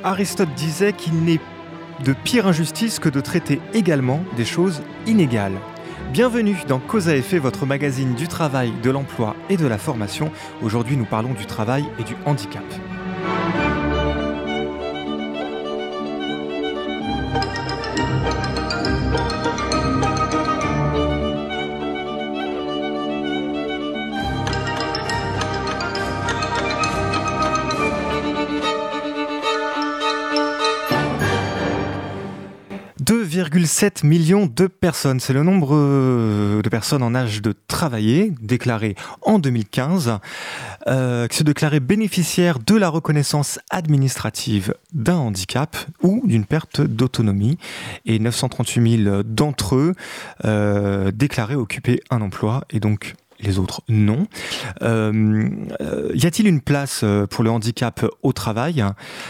Aristote disait qu'il n'est de pire injustice que de traiter également des choses inégales. Bienvenue dans Cause à effet, votre magazine du travail, de l'emploi et de la formation. Aujourd'hui, nous parlons du travail et du handicap. « 2,7 millions de personnes, c'est le nombre de personnes en âge de travailler, déclarées en 2015, qui se déclaraient bénéficiaires de la reconnaissance administrative d'un handicap ou d'une perte d'autonomie. Et 938 000 d'entre eux déclaraient occuper un emploi et donc les autres non. Y a-t-il une place pour le handicap au travail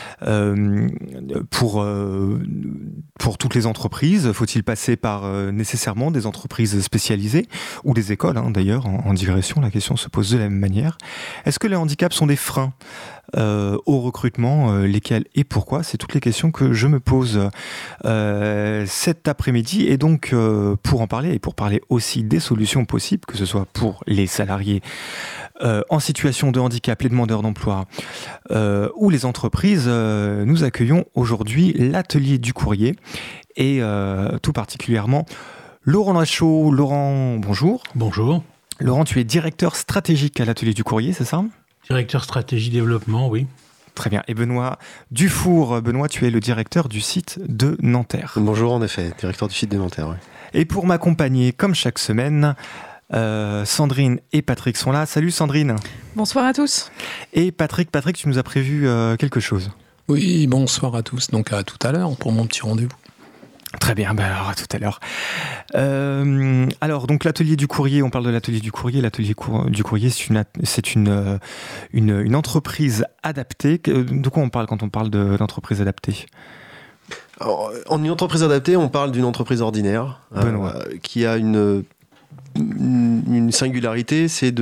pour toutes les entreprises? Faut-il passer par nécessairement des entreprises spécialisées ou des écoles d'ailleurs en digression? La question se pose de la même manière. Est-ce que les handicaps sont des freins au recrutement, lesquels et pourquoi? C'est toutes les questions que je me pose cet après-midi. Et donc, pour en parler et pour parler aussi des solutions possibles, que ce soit pour les salariés en situation de handicap, les demandeurs d'emploi ou les entreprises, nous accueillons aujourd'hui l'Atelier du Courrier et tout particulièrement Laurent Lachaud. Laurent, bonjour. Bonjour. Laurent, tu es directeur stratégique à l'Atelier du Courrier, c'est ça ? Directeur stratégie développement, oui. Très bien. Et Benoît Dufour. Benoît, tu es le directeur du site de Nanterre. Bonjour, en effet, directeur du site de Nanterre. Oui. Et pour m'accompagner, comme chaque semaine, Sandrine et Patrick sont là. Salut Sandrine. Bonsoir à tous. Et Patrick, tu nous as prévu quelque chose. Oui, bonsoir à tous. Donc à tout à l'heure pour mon petit rendez-vous. Très bien, alors à tout à l'heure. Alors, donc l'Atelier du Courrier, on parle de l'Atelier du Courrier. L'Atelier du Courrier, c'est une entreprise adaptée. De quoi on parle quand on parle d'entreprise adaptée ? Alors, en une entreprise adaptée, on parle d'une entreprise ordinaire qui a une singularité, c'est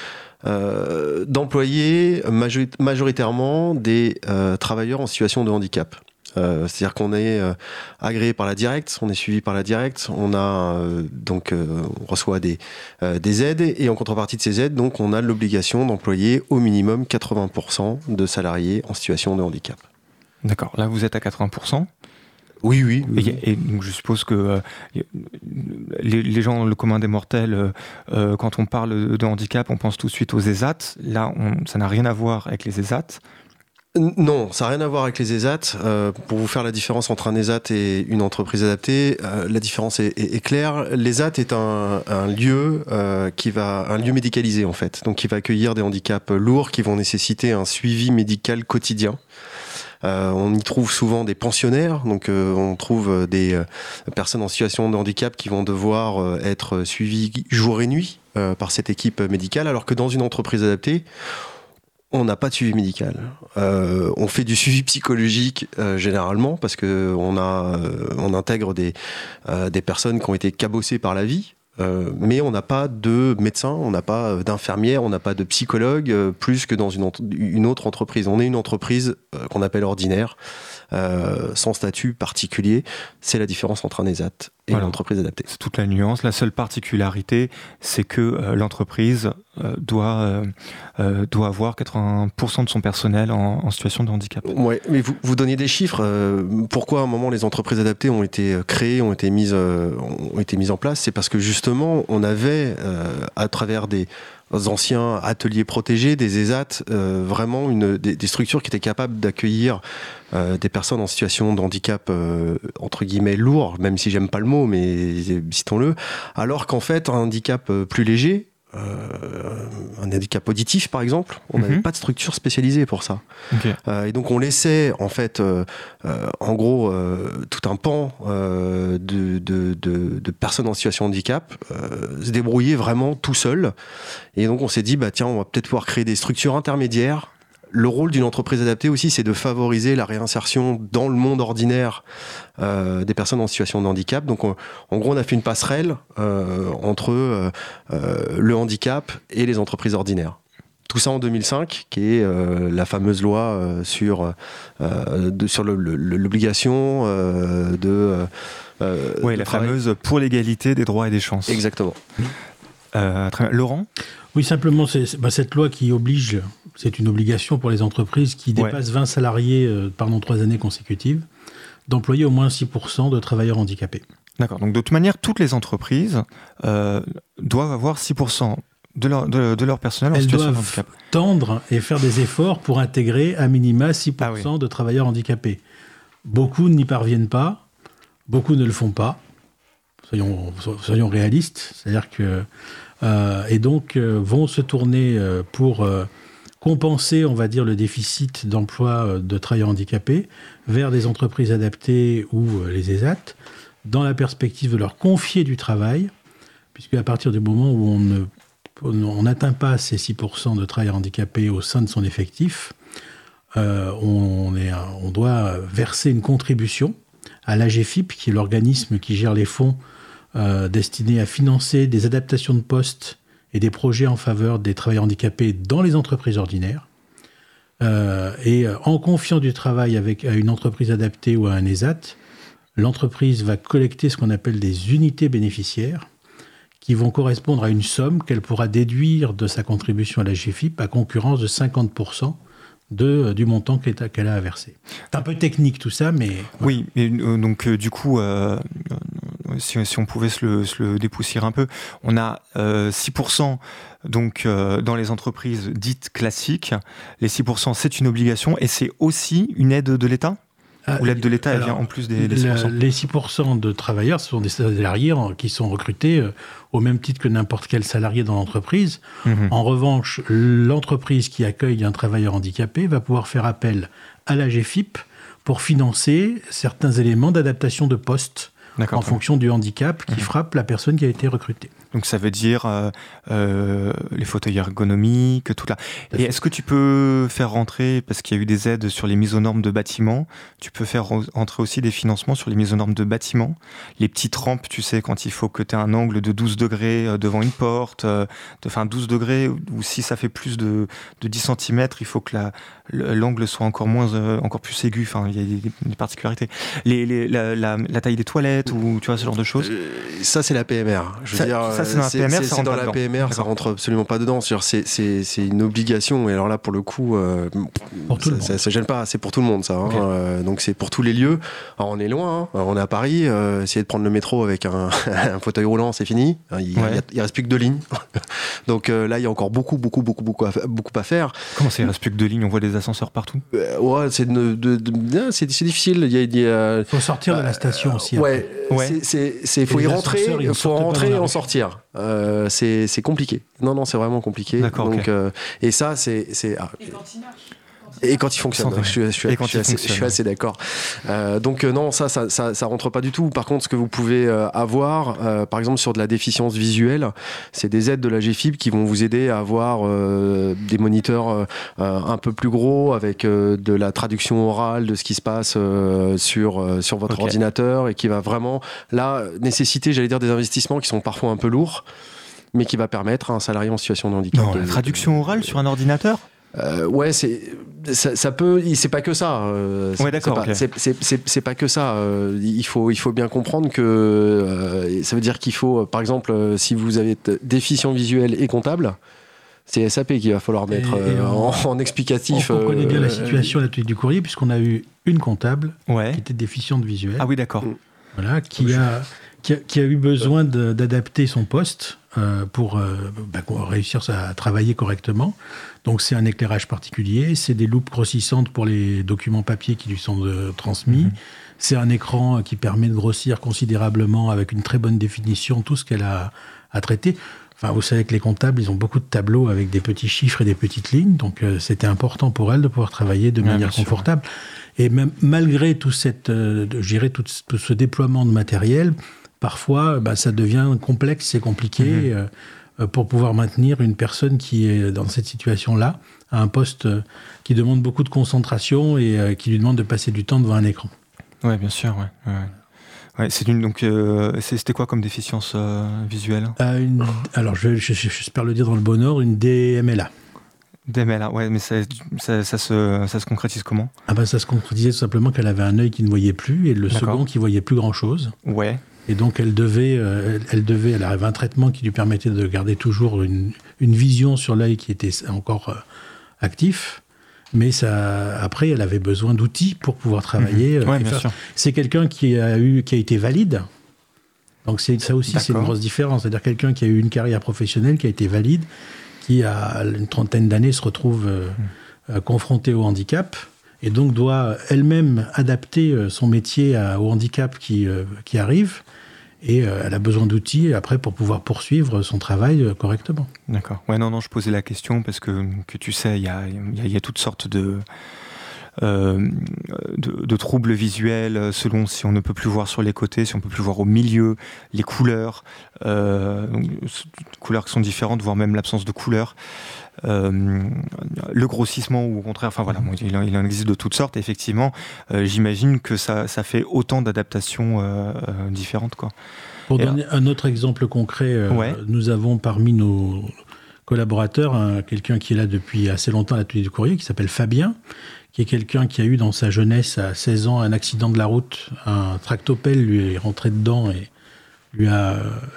d'employer majoritairement des travailleurs en situation de handicap. C'est-à-dire qu'on est agréé par la Directs, on est suivi par la Directs, on reçoit des aides et en contrepartie de ces aides, donc on a l'obligation d'employer au minimum 80% de salariés en situation de handicap. D'accord, là vous êtes à 80%. Oui. Et donc je suppose que les gens, le commun des mortels, quand on parle de handicap, on pense tout de suite aux ESAT. Là, ça n'a rien à voir avec les ESAT. Non, ça n'a rien à voir avec les ESAT. Pour vous faire la différence entre un ESAT et une entreprise adaptée, la différence est claire. L'ESAT est un lieu un lieu médicalisé en fait, donc qui va accueillir des handicaps lourds qui vont nécessiter un suivi médical quotidien. On y trouve souvent des pensionnaires, donc on trouve des personnes en situation de handicap qui vont devoir être suivies jour et nuit par cette équipe médicale, alors que dans une entreprise adaptée, on n'a pas de suivi médical. On fait du suivi psychologique généralement parce que on intègre des personnes qui ont été cabossées par la vie. Mais on n'a pas de médecin, on n'a pas d'infirmière, on n'a pas de psychologue, plus que dans une autre entreprise. On est une entreprise qu'on appelle ordinaire, sans statut particulier. C'est la différence entre un ESAT et une entreprise adaptée. C'est toute la nuance. La seule particularité, c'est que l'entreprise doit avoir 80% de son personnel en situation de handicap. Oui, mais vous donniez des chiffres. Pourquoi à un moment les entreprises adaptées ont été créées, ont été mises en place? C'est parce que justement, on avait, à travers des anciens ateliers protégés, des ESAT, vraiment des structures qui étaient capables d'accueillir des personnes en situation de handicap entre guillemets lourd, même si j'aime pas le mot, mais citons-le, alors qu'en fait un handicap plus léger, un handicap auditif par exemple, on n'avait pas de structure spécialisée pour ça. Okay. Et donc on laissait en fait en gros tout un pan de personnes en situation de handicap se débrouiller vraiment tout seul. Et donc on s'est dit tiens, on va peut-être pouvoir créer des structures intermédiaires. Le rôle d'une entreprise adaptée aussi, c'est de favoriser la réinsertion dans le monde ordinaire des personnes en situation de handicap. Donc, en gros, on a fait une passerelle entre le handicap et les entreprises ordinaires. Tout ça en 2005, qui est la fameuse loi sur l'obligation de... la fameuse pour l'égalité des droits et des chances. Exactement. Très bien. Laurent ? Oui, simplement, cette loi qui oblige, c'est une obligation pour les entreprises qui dépassent 20 salariés pendant 3 années consécutives, d'employer au moins 6% de travailleurs handicapés. D'accord. Donc, de toute manière, toutes les entreprises doivent avoir 6% de leur personnel en situation de handicap. Elles doivent tendre et faire des efforts pour intégrer à minima 6% de travailleurs handicapés. Beaucoup n'y parviennent pas, beaucoup ne le font pas. Soyons réalistes. C'est-à-dire que... et donc, vont se tourner pour compenser, on va dire, le déficit d'emploi de travailleurs handicapés vers des entreprises adaptées ou les ESAT, dans la perspective de leur confier du travail, puisque à partir du moment où on n'atteint pas ces 6% de travailleurs handicapés au sein de son effectif, on doit verser une contribution à l'AGFIP, qui est l'organisme qui gère les fonds destinés à financer des adaptations de postes et des projets en faveur des travailleurs handicapés dans les entreprises ordinaires. Et en confiant du travail à une entreprise adaptée ou à un ESAT, l'entreprise va collecter ce qu'on appelle des unités bénéficiaires qui vont correspondre à une somme qu'elle pourra déduire de sa contribution à la GFIP à concurrence de 50% du montant qu'elle a à verser. C'est un peu technique tout ça, mais... Oui, et donc du coup, si on pouvait se le dépoussiérer un peu, on a 6% donc, dans les entreprises dites classiques. Les 6%, c'est une obligation et c'est aussi une aide de l'État ? Ou l'aide de l'État, elle vient en plus des 6%. Les 6% de travailleurs, ce sont des salariés qui sont recrutés au même titre que n'importe quel salarié dans l'entreprise. En revanche, l'entreprise qui accueille un travailleur handicapé va pouvoir faire appel à la GFIP pour financer certains éléments d'adaptation de poste en fonction du handicap qui frappe la personne qui a été recrutée. Donc ça veut dire les fauteuils ergonomiques, tout là. Et est-ce que tu peux faire rentrer, parce qu'il y a eu des aides sur les mises aux normes de bâtiments, tu peux faire rentrer aussi des financements sur les mises aux normes de bâtiments, les petites rampes, tu sais, quand il faut que tu aies un angle de 12 degrés devant une porte, 12 degrés, ou si ça fait plus de 10 cm, il faut que l'angle soit encore plus aigu, enfin il y a des particularités. La taille des toilettes, ou tu vois, ce genre de choses. Ça c'est la PMR. C'est dans la PMR, ça rentre dans la PMR, ça rentre absolument pas dedans. C'est une obligation. Et alors là, pour le coup, ça gêne pas. C'est pour tout le monde, ça. Okay. Donc c'est pour tous les lieux. Alors on est loin. On est à Paris. Essayer de prendre le métro avec un fauteuil roulant, c'est fini. Il reste plus que 2 lignes. Donc là, il y a encore beaucoup à faire. Comment ça, il reste plus que 2 lignes ? On voit des ascenseurs partout. C'est difficile. Il faut sortir de la station aussi. Ouais. Faut y rentrer. Il faut rentrer et en sortir. C'est compliqué. Non, c'est vraiment compliqué. D'accord. Donc, et ça, c'est. Et quand il fonctionne, je suis assez d'accord. Donc non, ça rentre pas du tout. Par contre, ce que vous pouvez avoir, par exemple sur de la déficience visuelle, c'est des aides de la GFIP qui vont vous aider à avoir des moniteurs un peu plus gros avec de la traduction orale de ce qui se passe sur votre ordinateur et qui va vraiment là nécessiter, j'allais dire, des investissements qui sont parfois un peu lourds, mais qui va permettre à un salarié en situation de handicap. Non, la traduction orale sur un ordinateur ? Ça peut. C'est pas que ça. C'est pas que ça. Il faut bien comprendre que ça veut dire qu'il faut, par exemple, si vous avez déficient visuel et comptable, c'est SAP qu'il va falloir mettre en explicatif. On connaît bien la situation à l'atelier du courrier puisqu'on a eu une comptable qui était déficiente visuelle. Ah oui, d'accord. Voilà, qui a eu besoin d'adapter son poste pour réussir à travailler correctement. Donc c'est un éclairage particulier, c'est des loupes grossissantes pour les documents papier qui lui sont transmis, c'est un écran qui permet de grossir considérablement avec une très bonne définition tout ce qu'elle a à traiter. Enfin, vous savez que les comptables, ils ont beaucoup de tableaux avec des petits chiffres et des petites lignes, donc c'était important pour elle de pouvoir travailler de manière confortable. Et même malgré tout ce déploiement de matériel, parfois, ça devient complexe et compliqué pour pouvoir maintenir une personne qui est dans cette situation-là, à un poste qui demande beaucoup de concentration et qui lui demande de passer du temps devant un écran. Oui, bien sûr. Ouais, c'était quoi comme déficience visuelle ? Alors, j'espère le dire dans le bon ordre, une DMLA. DMLA, ouais, mais ça se concrétise comment ? Ça se concrétisait tout simplement qu'elle avait un œil qui ne voyait plus et le second qui voyait plus grand-chose. Ouais. Et donc elle avait un traitement qui lui permettait de garder toujours une vision sur l'œil qui était encore actif. Mais après, elle avait besoin d'outils pour pouvoir travailler. Bien sûr. C'est quelqu'un qui a été valide. Donc ça aussi, c'est une grosse différence. C'est-à-dire quelqu'un qui a eu une carrière professionnelle, qui a été valide, qui à une trentaine d'années se retrouve confrontée au handicap et donc doit elle-même adapter son métier au handicap qui arrive. Et elle a besoin d'outils après pour pouvoir poursuivre son travail correctement. D'accord. Ouais, non, je posais la question parce que tu sais, il y a toutes sortes de troubles visuels selon si on ne peut plus voir sur les côtés, si on ne peut plus voir au milieu, les couleurs, couleurs qui sont différentes, voire même l'absence de couleurs. Le grossissement ou au contraire, enfin voilà, il en existe de toutes sortes. Et effectivement, j'imagine que ça fait autant d'adaptations différentes, quoi. Pour donner un autre exemple concret, nous avons parmi nos collaborateurs quelqu'un qui est là depuis assez longtemps à l'atelier du courrier, qui s'appelle Fabien, qui est quelqu'un qui a eu dans sa jeunesse, à 16 ans, un accident de la route. Un tractopelle lui est rentré dedans et lui a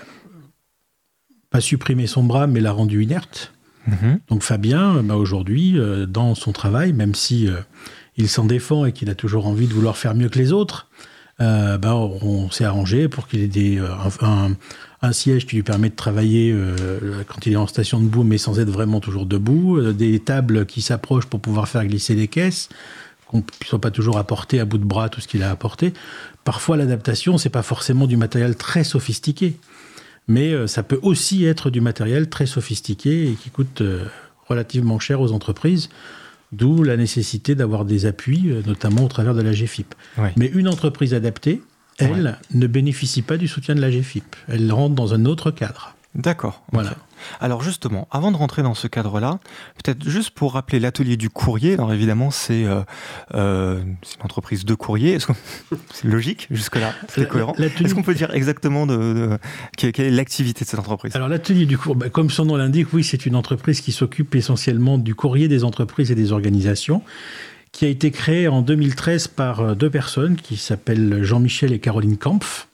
pas supprimé son bras, mais l'a rendu inerte. Donc Fabien, aujourd'hui, dans son travail, même si il s'en défend et qu'il a toujours envie de vouloir faire mieux que les autres, on s'est arrangé pour qu'il ait un siège qui lui permet de travailler quand il est en station debout, mais sans être vraiment toujours debout, des tables qui s'approchent pour pouvoir faire glisser les caisses, qu'on ne soit pas toujours apporté à bout de bras tout ce qu'il a apporté. Parfois, l'adaptation, c'est pas forcément du matériel très sophistiqué. Mais ça peut aussi être du matériel très sophistiqué et qui coûte relativement cher aux entreprises, d'où la nécessité d'avoir des appuis, notamment au travers de la GFIP. Ouais. Mais une entreprise adaptée, elle, ne bénéficie pas du soutien de la GFIP. Elle rentre dans un autre cadre. D'accord. Voilà. Okay. Alors justement, avant de rentrer dans ce cadre-là, peut-être juste pour rappeler l'atelier du courrier. Alors évidemment, c'est une entreprise de courrier. C'est logique jusque-là, c'est cohérent. Est-ce qu'on peut dire exactement quelle est l'activité de cette entreprise ? Alors l'atelier du courrier, comme son nom l'indique, oui, c'est une entreprise qui s'occupe essentiellement du courrier des entreprises et des organisations, qui a été créée en 2013 par deux personnes qui s'appellent Jean-Michel et Caroline Kampf.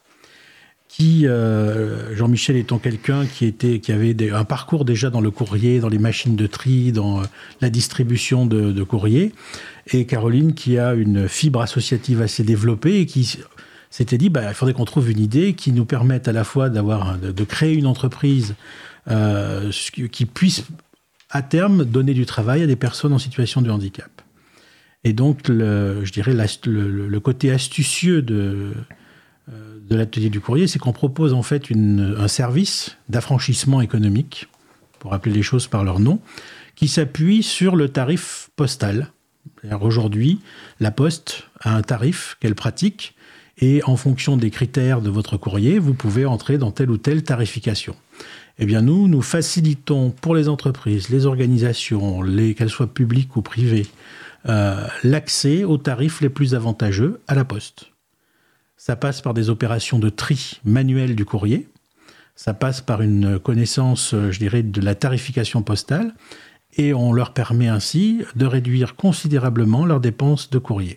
Jean-Michel étant quelqu'un qui avait un parcours déjà dans le courrier, dans les machines de tri, dans la distribution de courrier, et Caroline qui a une fibre associative assez développée et qui s'était dit il faudrait qu'on trouve une idée qui nous permette à la fois de créer une entreprise qui puisse à terme donner du travail à des personnes en situation de handicap. Et donc, le côté astucieux de l'atelier du courrier, c'est qu'on propose en fait un service d'affranchissement économique, pour appeler les choses par leur nom, qui s'appuie sur le tarif postal. C'est-à-dire aujourd'hui, la Poste a un tarif qu'elle pratique, et en fonction des critères de votre courrier, vous pouvez entrer dans telle ou telle tarification. Eh bien, nous facilitons pour les entreprises, les organisations, qu'elles soient publiques ou privées, l'accès aux tarifs les plus avantageux à la Poste. Ça passe par des opérations de tri manuel du courrier. Ça passe par une connaissance, de la tarification postale. Et on leur permet ainsi de réduire considérablement leurs dépenses de courrier.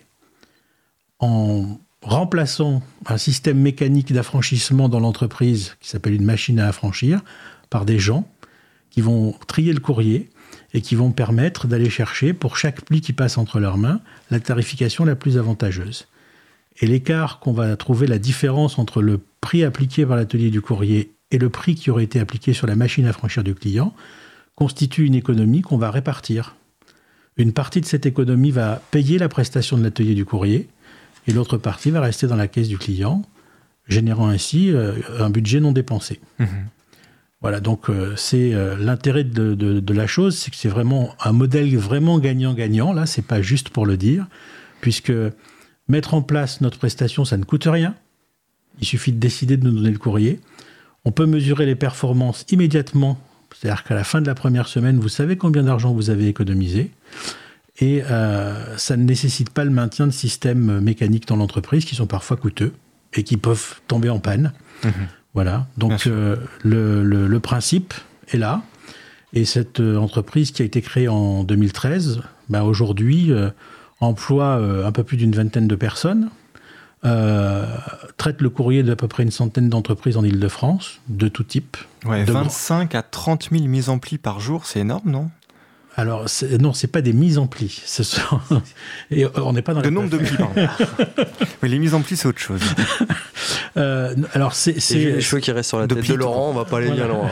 En remplaçant un système mécanique d'affranchissement dans l'entreprise, qui s'appelle une machine à affranchir, par des gens qui vont trier le courrier et qui vont permettre d'aller chercher, pour chaque pli qui passe entre leurs mains, la tarification la plus avantageuse. Et l'écart qu'on va trouver, la différence entre le prix appliqué par l'atelier du courrier et le prix qui aurait été appliqué sur la machine à franchir du client, constitue une économie qu'on va répartir. Une partie de cette économie va payer la prestation de l'atelier du courrier et l'autre partie va rester dans la caisse du client, générant ainsi un budget non dépensé. Mmh. Voilà, donc c'est l'intérêt de la chose, c'est que c'est vraiment un modèle vraiment gagnant-gagnant. Là, c'est pas juste pour le dire, puisque mettre en place notre prestation, ça ne coûte rien. Il suffit de décider de nous donner le courrier. On peut mesurer les performances immédiatement. C'est-à-dire qu'à la fin de la première semaine, vous savez combien d'argent vous avez économisé. Et ça ne nécessite pas le maintien de systèmes mécaniques dans l'entreprise qui sont parfois coûteux et qui peuvent tomber en panne. Mmh. Voilà. Donc le principe est là. Et cette entreprise qui a été créée en 2013, aujourd'hui, emploie un peu plus d'une vingtaine de personnes, traite le courrier d'à peu près une centaine d'entreprises en Ile-de-France, de tout type. Ouais, 25 à 30 000 mises en pli par jour, c'est énorme, non ? Alors, non, c'est pas des mises en pli. Et on n'est pas dans le nombre de plis, pardon. Mais les mises en pli, c'est autre chose. Alors, c'est les cheveux qui restent sur la tête de Laurent, on va pas aller bien loin.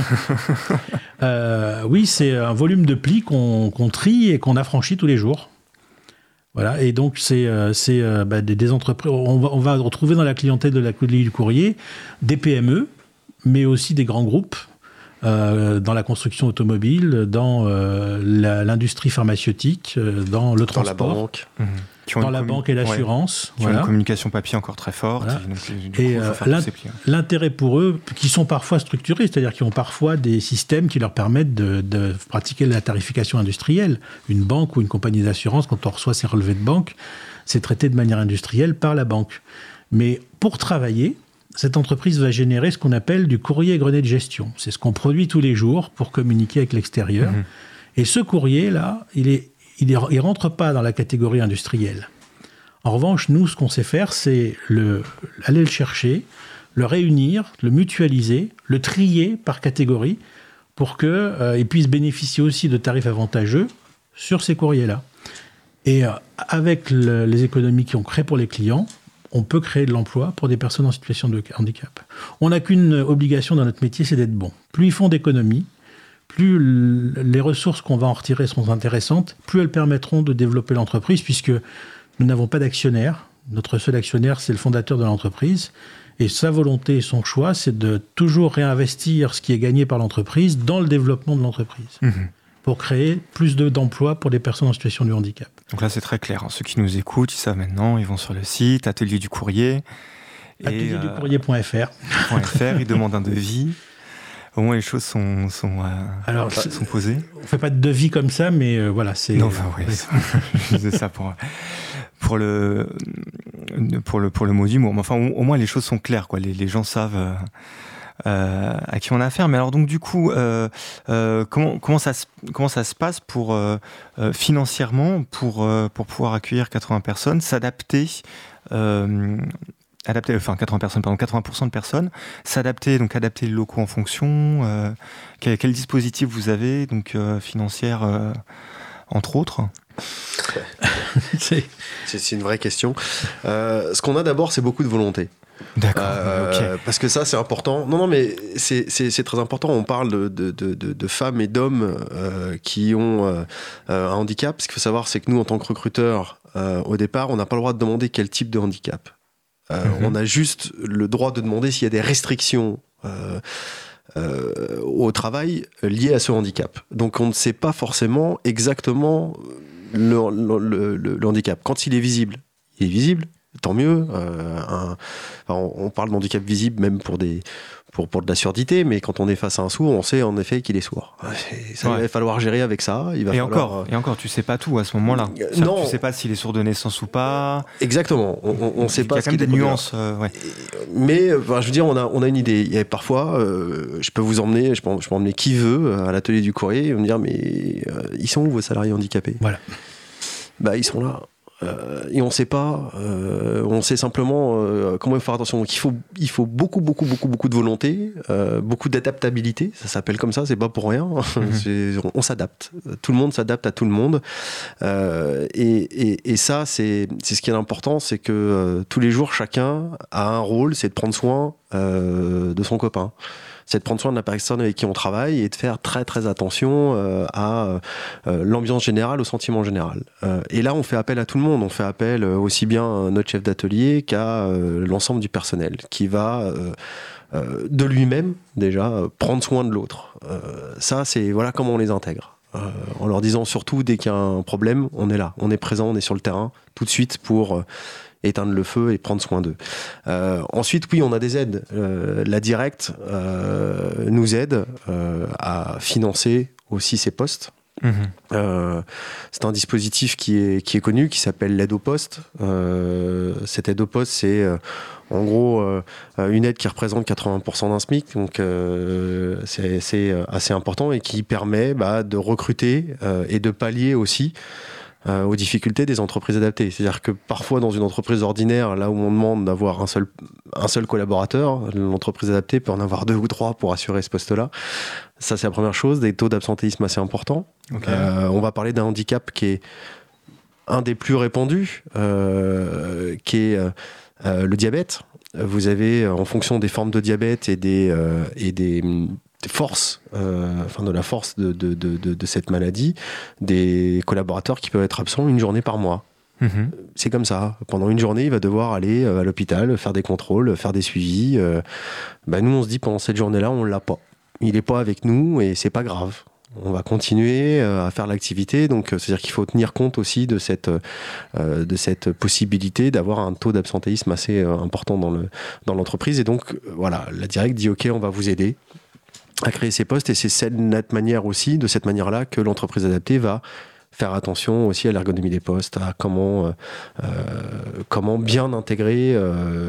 Voilà. Oui, c'est un volume de plis qu'on trie et qu'on affranchit tous les jours. Voilà. Et donc, c'est des entreprises. On va retrouver dans la clientèle de la Ligue du Courrier des PME, mais aussi des grands groupes. Dans la construction automobile, dans l'industrie pharmaceutique, dans le transport, dans la banque, dans la banque et l'assurance. Qui ont une communication papier encore très forte. Voilà. Et l'intérêt pour eux, qui sont parfois structurés, c'est-à-dire qui ont parfois des systèmes qui leur permettent de pratiquer la tarification industrielle. Une banque ou une compagnie d'assurance, quand on reçoit ses relevés de banque, c'est traité de manière industrielle par la banque. Mais pour travailler, cette entreprise va générer ce qu'on appelle du courrier égrené de gestion. C'est ce qu'on produit tous les jours pour communiquer avec l'extérieur. Et ce courrier-là, il rentre pas dans la catégorie industrielle. En revanche, nous, ce qu'on sait faire, c'est aller le chercher, le réunir, le mutualiser, le trier par catégorie pour qu'il puisse bénéficier aussi de tarifs avantageux sur ces courriers-là. Et avec les économies qu'on crée pour les clients, on peut créer de l'emploi pour des personnes en situation de handicap. On n'a qu'une obligation dans notre métier, c'est d'être bon. Plus ils font d'économies, plus les ressources qu'on va en retirer sont intéressantes, plus elles permettront de développer l'entreprise, puisque nous n'avons pas d'actionnaire. Notre seul actionnaire, c'est le fondateur de l'entreprise. Et sa volonté et son choix, c'est de toujours réinvestir ce qui est gagné par l'entreprise dans le développement de l'entreprise. Pour créer plus d'emplois pour les personnes en situation de handicap. Donc là, c'est très clair. Ceux qui nous écoutent, ils savent maintenant, ils vont sur le site Atelier du Courrier. Atelierducourrier.fr. Ils demandent un devis. Au moins, les choses sont posées. On ne fait pas de devis comme ça, mais voilà. Non, je disais ça pour le mot d'humour. Mais enfin, au moins, les choses sont claires, quoi. Les gens savent à qui on a affaire. Mais alors donc du coup, comment ça se passe pour financièrement pour pouvoir accueillir 80 personnes, s'adapter, 80% de personnes, adapter les locaux en fonction. Quel dispositif vous avez donc financière entre autres? C'est une vraie question. Ce qu'on a d'abord, c'est beaucoup de volonté. D'accord. Parce que ça, c'est important. Non, mais c'est très important. On parle de femmes et d'hommes qui ont un handicap. Ce qu'il faut savoir, c'est que nous, en tant que recruteurs, au départ, on n'a pas le droit de demander quel type de handicap. On a juste le droit de demander s'il y a des restrictions au travail liées à ce handicap. Donc, on ne sait pas forcément exactement le handicap. Quand il est visible, il est visible. Tant mieux. On parle d'handicap visible même pour de la surdité, mais quand on est face à un sourd, on sait en effet qu'il est sourd. Il va falloir gérer avec ça. Encore, tu sais pas tout à ce moment-là. Non. Tu sais pas s'il est sourd de naissance ou pas. Exactement. On sait pas. Il y a quand même des nuances. Mais je veux dire, on a une idée. Il y a parfois, je peux vous emmener, je peux emmener qui veut à l'atelier du courrier. Ils vont me dire, mais ils sont où vos salariés handicapés? Voilà. Ils sont là. Et on sait pas, on sait simplement comment il faut faire attention. Donc il faut beaucoup de volonté, beaucoup d'adaptabilité. Ça s'appelle comme ça, c'est pas pour rien. On s'adapte. Tout le monde s'adapte à tout le monde. Et ça, c'est ce qui est important, c'est que tous les jours, chacun a un rôle, c'est de prendre soin de son copain. C'est de prendre soin de la personne avec qui on travaille et de faire très très attention à l'ambiance générale, au sentiment général. Et là, on fait appel à tout le monde. On fait appel aussi bien à notre chef d'atelier qu'à l'ensemble du personnel qui va de lui-même déjà prendre soin de l'autre. Ça, c'est voilà comment on les intègre. En leur disant surtout dès qu'il y a un problème, on est là, on est présent, on est sur le terrain tout de suite pour éteindre le feu et prendre soin d'eux. Ensuite, oui, on a des aides. La Directe nous aide à financer aussi ces postes. C'est un dispositif qui est connu, qui s'appelle l'aide au poste. Cette aide au poste, c'est en gros une aide qui représente 80% d'un SMIC, donc c'est assez important et qui permet de recruter et de pallier aussi aux difficultés des entreprises adaptées. C'est-à-dire que parfois dans une entreprise ordinaire, là où on demande d'avoir un seul collaborateur, l'entreprise adaptée peut en avoir 2 ou 3 pour assurer ce poste-là. Ça, c'est la première chose. Des taux d'absentéisme assez importants. Okay. On va parler d'un handicap qui est un des plus répandus, qui est le diabète. Vous avez, en fonction des formes de diabète et des forces, de la force de cette maladie, des collaborateurs qui peuvent être absents une journée par mois. C'est comme ça. Pendant une journée, il va devoir aller à l'hôpital, faire des contrôles, faire des suivis. Nous, on se dit, pendant cette journée-là, on ne l'a pas. Il n'est pas avec nous et c'est pas grave. On va continuer à faire l'activité. Donc, c'est-à-dire qu'il faut tenir compte aussi de cette possibilité d'avoir un taux d'absentéisme assez important dans l'entreprise. Et donc, voilà, la Direct dit, OK, on va vous aider à créer ces postes. Et c'est de cette manière-là, que l'entreprise adaptée va faire attention aussi à l'ergonomie des postes, à comment bien intégrer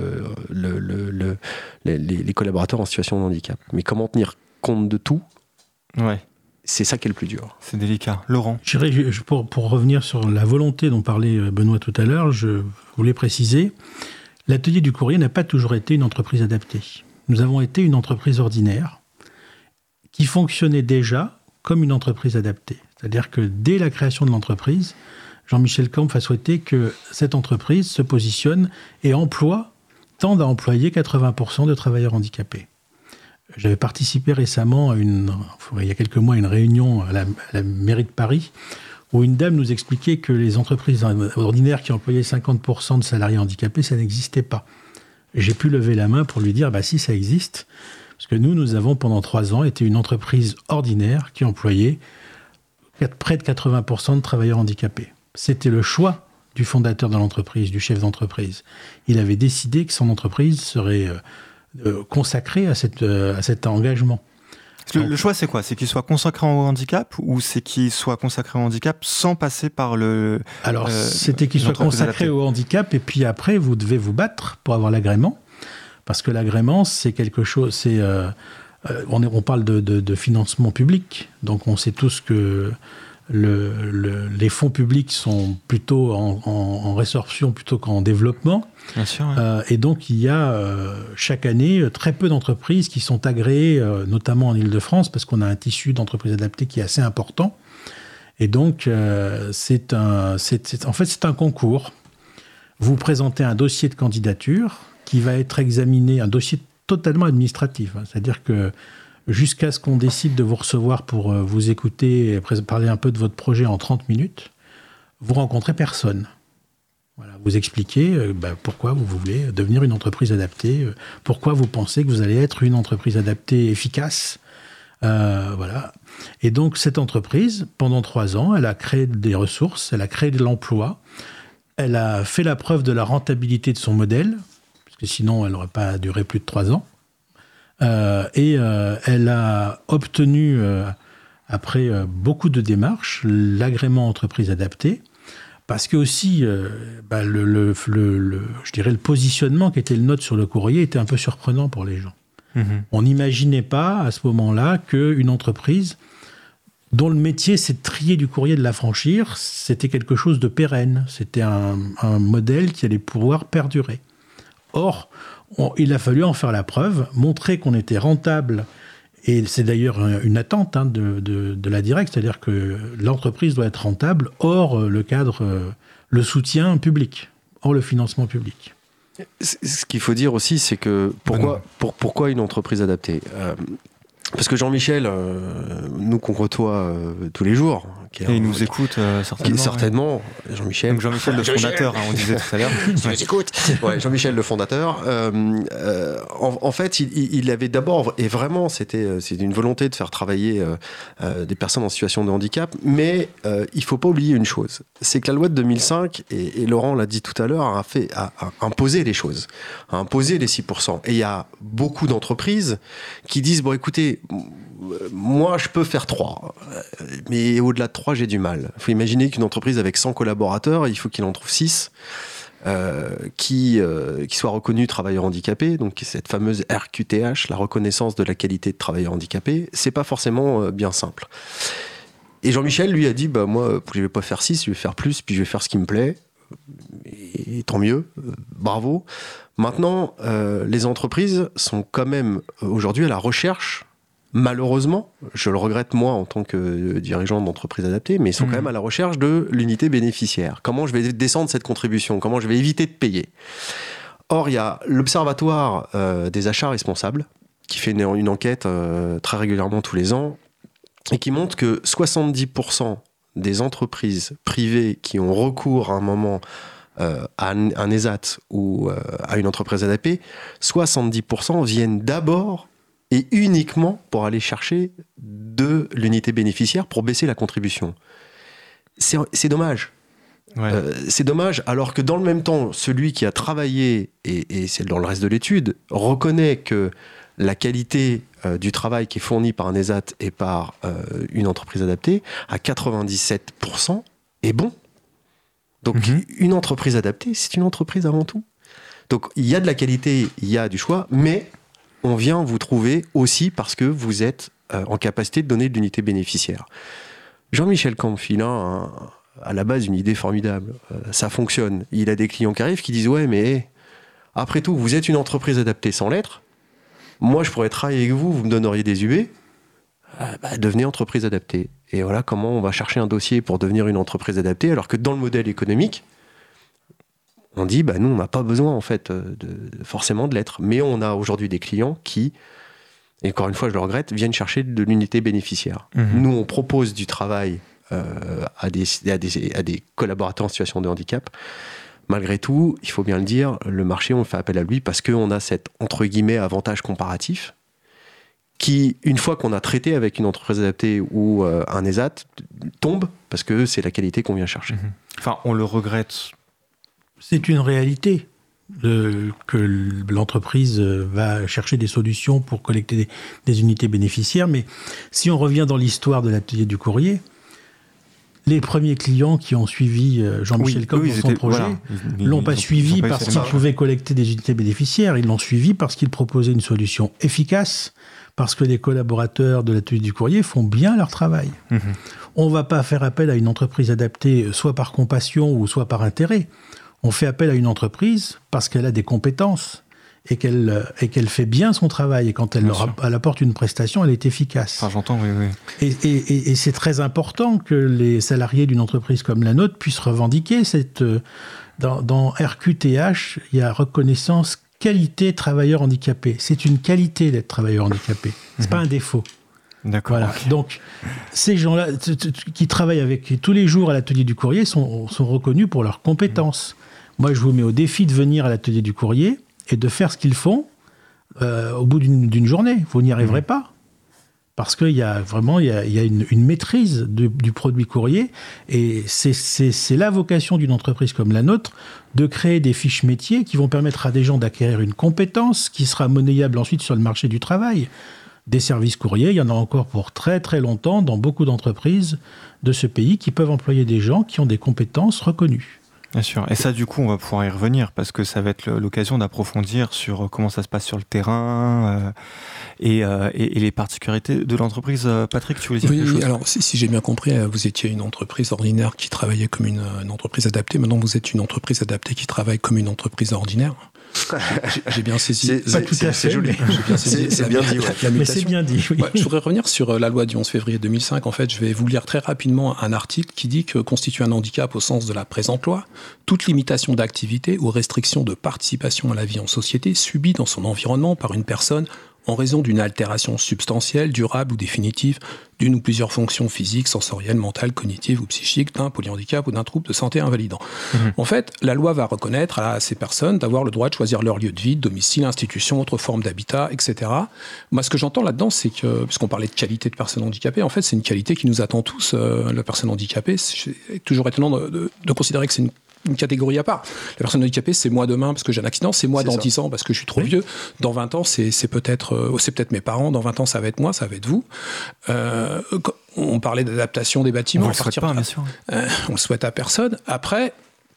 les collaborateurs en situation de handicap. Mais comment tenir compte de tout, c'est ça qui est le plus dur. C'est délicat. Laurent ? Pour revenir sur la volonté dont parlait Benoît tout à l'heure, je voulais préciser, l'atelier du courrier n'a pas toujours été une entreprise adaptée. Nous avons été une entreprise ordinaire qui fonctionnait déjà comme une entreprise adaptée. C'est-à-dire que dès la création de l'entreprise, Jean-Michel Kampf a souhaité que cette entreprise se positionne et tende à employer 80% de travailleurs handicapés. J'avais participé récemment il y a quelques mois, à une réunion à la mairie de Paris, où une dame nous expliquait que les entreprises ordinaires qui employaient 50% de salariés handicapés, ça n'existait pas. J'ai pu lever la main pour lui dire, si, ça existe. Parce que nous avons pendant 3 ans été une entreprise ordinaire qui employait près de 80% de travailleurs handicapés. C'était le choix du fondateur de l'entreprise, du chef d'entreprise. Il avait décidé que son entreprise serait consacrée à cet engagement. Le choix, c'est quoi ? C'est qu'il soit consacré au handicap ou c'est qu'il soit consacré au handicap sans passer par le... Alors, c'était qu'il soit consacré au handicap et puis après, vous devez vous battre pour avoir l'agrément. Parce que l'agrément, c'est quelque chose... on parle de financement public, donc on sait tous que les fonds publics sont plutôt en résorption plutôt qu'en développement. Bien sûr, et donc il y a chaque année très peu d'entreprises qui sont agréées, notamment en Ile-de-France, parce qu'on a un tissu d'entreprises adaptées qui est assez important. Et donc c'est un concours. Vous présentez un dossier de candidature qui va être examiné, un dossier totalement administratif. C'est-à-dire que jusqu'à ce qu'on décide de vous recevoir pour vous écouter et parler un peu de votre projet en 30 minutes, vous rencontrez personne. Voilà, vous expliquez pourquoi vous voulez devenir une entreprise adaptée, pourquoi vous pensez que vous allez être une entreprise adaptée efficace. Voilà. Et donc cette entreprise, pendant 3 ans, elle a créé des ressources, elle a créé de l'emploi, elle a fait la preuve de la rentabilité de son modèle, parce que sinon elle n'aurait pas duré plus de 3 ans. Elle a obtenu, après beaucoup de démarches, l'agrément entreprise adaptée, parce que aussi, je dirais le positionnement qui était le nôtre sur le courrier était un peu surprenant pour les gens. On n'imaginait pas à ce moment-là qu'une entreprise dont le métier c'est de trier du courrier, de l'affranchir, c'était quelque chose de pérenne, c'était un modèle qui allait pouvoir perdurer. Or, il a fallu en faire la preuve, montrer qu'on était rentable, et c'est d'ailleurs une attente de la Direct, c'est-à-dire que l'entreprise doit être rentable, hors le cadre, le soutien public, hors le financement public. Ce qu'il faut dire aussi, c'est que pourquoi une entreprise adaptée ? Parce que Jean-Michel, nous qu'on côtoie tous les jours... Et il nous écoute certainement. Certainement, ouais. Jean-Michel. Donc Jean-Michel le fondateur, on disait tout à l'heure. Tu nous écoutes. Ouais, Jean-Michel le fondateur. En fait, il avait d'abord, et vraiment, c'était une volonté de faire travailler des personnes en situation de handicap, mais il ne faut pas oublier une chose, c'est que la loi de 2005, et Laurent l'a dit tout à l'heure, a imposé les choses, a imposé les 6%. Et il y a beaucoup d'entreprises qui disent, bon écoutez, moi je peux faire 3, mais au-delà de 3, j'ai du mal. Il faut imaginer qu'une entreprise avec 100 collaborateurs, il faut qu'il en trouve 6 qui soient reconnus travailleurs handicapés. Donc cette fameuse RQTH, la reconnaissance de la qualité de travailleur handicapé, c'est pas forcément bien simple. Et Jean-Michel, lui, a dit, moi, je vais pas faire 6, je vais faire plus, puis je vais faire ce qui me plaît. Et tant mieux, bravo. Maintenant, les entreprises sont quand même aujourd'hui à la recherche, malheureusement, je le regrette moi en tant que dirigeant d'entreprise adaptée, mais ils sont quand même à la recherche de l'unité bénéficiaire. Comment je vais descendre cette contribution ? Comment je vais éviter de payer ? Or, il y a l'Observatoire des achats responsables qui fait une enquête très régulièrement tous les ans et qui montre que 70% des entreprises privées qui ont recours à un moment à un ESAT ou à une entreprise adaptée, 70% viennent d'abord et uniquement pour aller chercher de l'unité bénéficiaire pour baisser la contribution. C'est dommage. Ouais. C'est dommage, alors que dans le même temps, celui qui a travaillé, et c'est dans le reste de l'étude, reconnaît que la qualité du travail qui est fourni par un ESAT et par une entreprise adaptée, à 97%, est bon. Donc, une entreprise adaptée, c'est une entreprise avant tout. Donc, il y a de la qualité, il y a du choix, mais on vient vous trouver aussi parce que vous êtes en capacité de donner de l'unité bénéficiaire. Jean-Michel Kampf, il a à la base une idée formidable. Ça fonctionne. Il a des clients qui arrivent qui disent « Ouais, mais après tout, vous êtes une entreprise adaptée sans lettres. Moi, je pourrais travailler avec vous, vous me donneriez des UB. Devenez entreprise adaptée. » Et voilà comment on va chercher un dossier pour devenir une entreprise adaptée, alors que dans le modèle économique, on dit, nous, on n'a pas besoin, en fait, forcément de lettres. Mais on a aujourd'hui des clients qui, et encore une fois, je le regrette, viennent chercher de l'unité bénéficiaire. Nous, on propose du travail à des collaborateurs en situation de handicap. Malgré tout, il faut bien le dire, le marché, on fait appel à lui parce qu'on a cet, entre guillemets, avantage comparatif qui, une fois qu'on a traité avec une entreprise adaptée ou un ESAT, tombe parce que c'est la qualité qu'on vient chercher. Enfin, on le regrette. C'est une réalité que l'entreprise va chercher des solutions pour collecter des unités bénéficiaires. Mais si on revient dans l'histoire de l'atelier du courrier, les premiers clients qui ont suivi Jean-Michel Kampf dans son projet ne l'ont pas suivi parce qu'ils pouvaient collecter des unités bénéficiaires. Ils l'ont suivi parce qu'ils proposaient une solution efficace, parce que les collaborateurs de l'atelier du courrier font bien leur travail. On ne va pas faire appel à une entreprise adaptée soit par compassion ou soit par intérêt. On fait appel à une entreprise parce qu'elle a des compétences et qu'elle fait bien son travail. Et quand elle apporte une prestation, elle est efficace. Enfin, j'entends, oui. Et c'est très important que les salariés d'une entreprise comme la nôtre puissent revendiquer cette... Dans RQTH, il y a reconnaissance qualité travailleur handicapé. C'est une qualité d'être travailleur handicapé. C'est pas un défaut. D'accord. Voilà. Okay. Donc, ces gens-là qui travaillent avec tous les jours à l'atelier du courrier sont reconnus pour leurs compétences. Moi, je vous mets au défi de venir à l'atelier du courrier et de faire ce qu'ils font au bout d'une journée. Vous n'y arriverez pas. Parce qu'il y a vraiment une maîtrise du produit courrier. Et c'est la vocation d'une entreprise comme la nôtre de créer des fiches métiers qui vont permettre à des gens d'acquérir une compétence qui sera monnayable ensuite sur le marché du travail. Des services courriers, il y en a encore pour très très longtemps dans beaucoup d'entreprises de ce pays qui peuvent employer des gens qui ont des compétences reconnues. Bien sûr. Et ça, du coup, on va pouvoir y revenir parce que ça va être l'occasion d'approfondir sur comment ça se passe sur le terrain et les particularités de l'entreprise. Patrick, tu voulais dire quelque chose ? Oui, alors si j'ai bien compris, vous étiez une entreprise ordinaire qui travaillait comme une entreprise adaptée. Maintenant, vous êtes une entreprise adaptée qui travaille comme une entreprise ordinaire. J'ai bien saisi. Pas tout à fait. C'est joli. C'est bien dit. Mais c'est bien dit. Oui. Ouais, je voudrais revenir sur la loi du 11 février 2005. En fait, je vais vous lire très rapidement un article qui dit que constitue un handicap au sens de la présente loi toute limitation d'activité ou restriction de participation à la vie en société subie dans son environnement par une personne en raison d'une altération substantielle, durable ou définitive d'une ou plusieurs fonctions physiques, sensorielles, mentales, cognitives ou psychiques, d'un polyhandicap ou d'un trouble de santé invalidant. En fait, la loi va reconnaître à ces personnes d'avoir le droit de choisir leur lieu de vie, domicile, institution, autre forme d'habitat, etc. Moi, ce que j'entends là-dedans, c'est que, puisqu'on parlait de qualité de personnes handicapées, en fait, c'est une qualité qui nous attend tous, la personne handicapée. C'est toujours étonnant de considérer que c'est une catégorie à part. La personne handicapée, c'est moi demain parce que j'ai un accident, c'est moi dans 10 ans parce que je suis trop vieux, dans 20 ans, c'est peut-être mes parents, dans 20 ans, ça va être moi, ça va être vous. on parlait d'adaptation des bâtiments. On le souhaite pas, bien sûr. On le souhaite à personne. Après,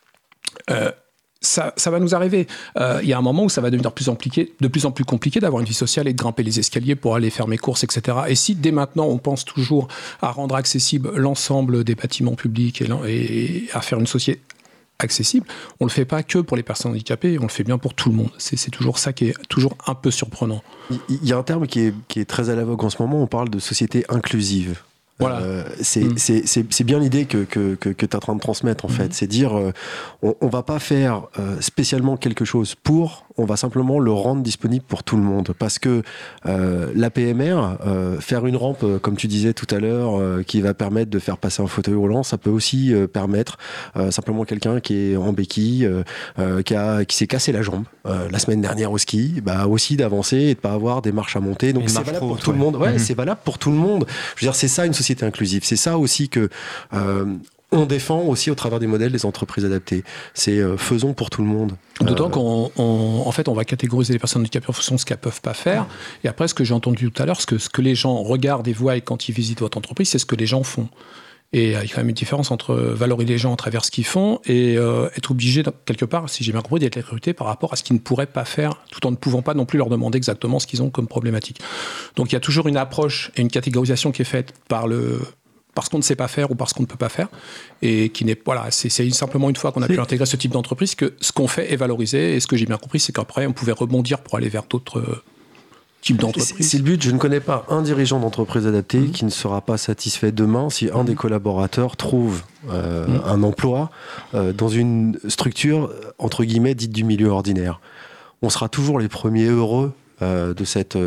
ça va nous arriver. Il y a un moment où ça va devenir de plus en plus compliqué d'avoir une vie sociale et de grimper les escaliers pour aller faire mes courses, etc. Et si dès maintenant on pense toujours à rendre accessible l'ensemble des bâtiments publics et à faire une société accessible, on ne le fait pas que pour les personnes handicapées, on le fait bien pour tout le monde. C'est toujours ça qui est toujours un peu surprenant. Il y a un terme qui est très à la vogue en ce moment, on parle de société inclusive. Voilà. C'est bien l'idée que tu es en train de transmettre en fait, c'est dire on va pas faire spécialement quelque chose on va simplement le rendre disponible pour tout le monde parce que la PMR, faire une rampe comme tu disais tout à l'heure qui va permettre de faire passer un fauteuil roulant, ça peut aussi permettre simplement quelqu'un qui est en béquille, qui s'est cassé la jambe la semaine dernière au ski, aussi d'avancer et de pas avoir des marches à monter, donc c'est valable pour tout le monde. C'est valable pour tout le monde. Je veux dire, c'est ça une société inclusive, c'est ça aussi que on défend aussi au travers des modèles des entreprises adaptées. C'est faisons pour tout le monde. D'autant qu'en fait, on va catégoriser les personnes handicapées en fonction de ce qu'elles ne peuvent pas faire. Et après, ce que j'ai entendu tout à l'heure, ce que les gens regardent et voient quand ils visitent votre entreprise, c'est ce que les gens font. Et il y a quand même une différence entre valoriser les gens à travers ce qu'ils font et être obligé, quelque part, si j'ai bien compris, d'être recruté par rapport à ce qu'ils ne pourraient pas faire, tout en ne pouvant pas non plus leur demander exactement ce qu'ils ont comme problématique. Donc il y a toujours une approche et une catégorisation qui est faite parce qu'on ne sait pas faire ou parce qu'on ne peut pas faire, et qui n'est c'est simplement une fois qu'on a pu intégrer ce type d'entreprise que ce qu'on fait est valorisé. Et ce que j'ai bien compris, c'est qu'après on pouvait rebondir pour aller vers d'autres types d'entreprises. C'est le but. Je ne connais pas un dirigeant d'entreprise adaptée qui ne sera pas satisfait demain si un des collaborateurs trouve un emploi dans une structure entre guillemets dite du milieu ordinaire. On sera toujours les premiers heureux de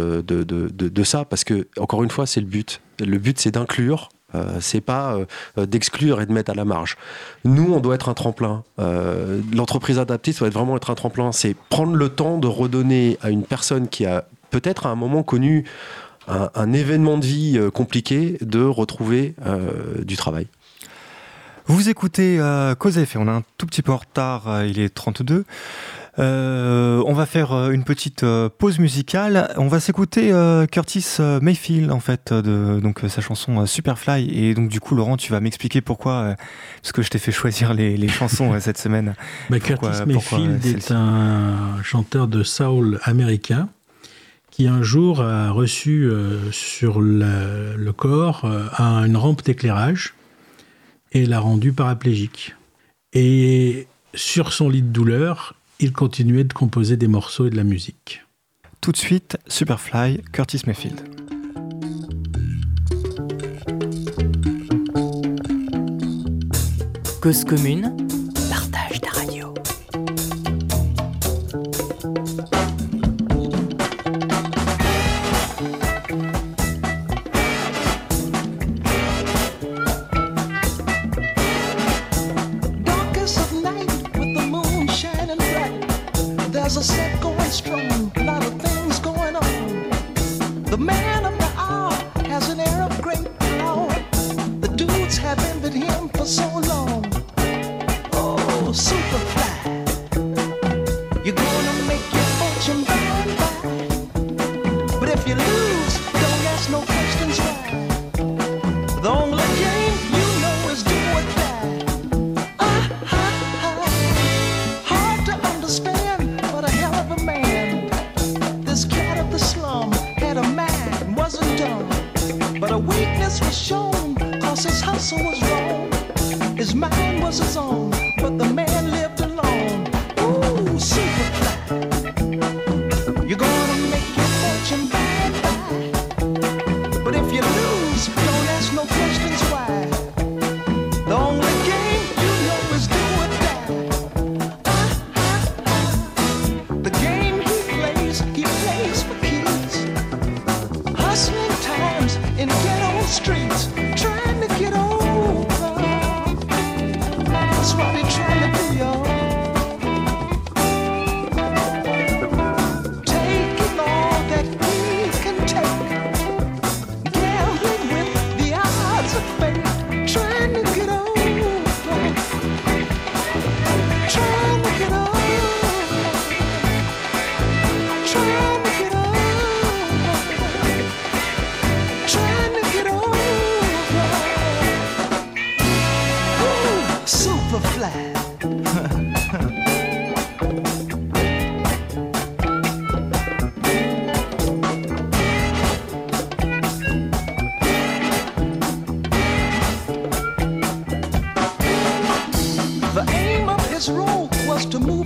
ça, parce que encore une fois, c'est le but. Le but, c'est d'inclure. C'est pas d'exclure et de mettre à la marge. Nous, on doit être un tremplin. L'entreprise adaptée, ça doit vraiment être un tremplin. C'est prendre le temps de redonner à une personne qui a peut-être à un moment connu un événement de vie compliqué, de retrouver du travail. Vous écoutez Cause à effet, on est un tout petit peu en retard, il est 32. On va faire une petite pause musicale. On va s'écouter Curtis Mayfield en fait, donc sa chanson Superfly. Et donc du coup, Laurent, tu vas m'expliquer pourquoi, parce que je t'ai fait choisir les chansons cette semaine. Curtis Mayfield est un chanteur de soul américain qui un jour a reçu sur le corps une rampe d'éclairage et l'a rendu paraplégique. Et sur son lit de douleur, il continuait de composer des morceaux et de la musique. Tout de suite, Superfly, Curtis Mayfield. Cause commune, partage ta radio. There's a set going strong, a lot of things going on. The man of the hour has an air of great power. The dudes have envied him for so long. Oh, Superfly, you're gonna make your fortune by and by. But if you lose, don't ask no questions why. The only game you know is do or die. Hard to understand. But a weakness was shown, cause his hustle was wrong. His mind was his own, but the man lived alone. Ooh, Superfly, you're gonna make your fortune by and by. But if you lose, don't ask no questions why. The only game you know is do or die. The game he plays for keys. Hustling times in ghetto streets, trying to get over. That's what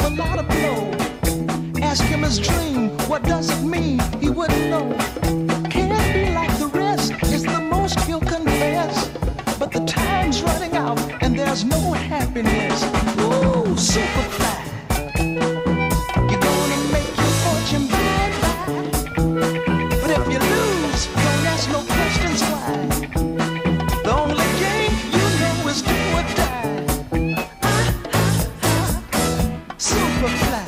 a lot of blow. Ask him his dream, what does it mean? He wouldn't know. Can't be like the rest, is the most he'll confess. But the time's running out and there's no happiness. Ooh, Superfly. You're gonna make your fortune by and by. But if you lose, don't ask no questions why. The only game you know is do or die. Superfly.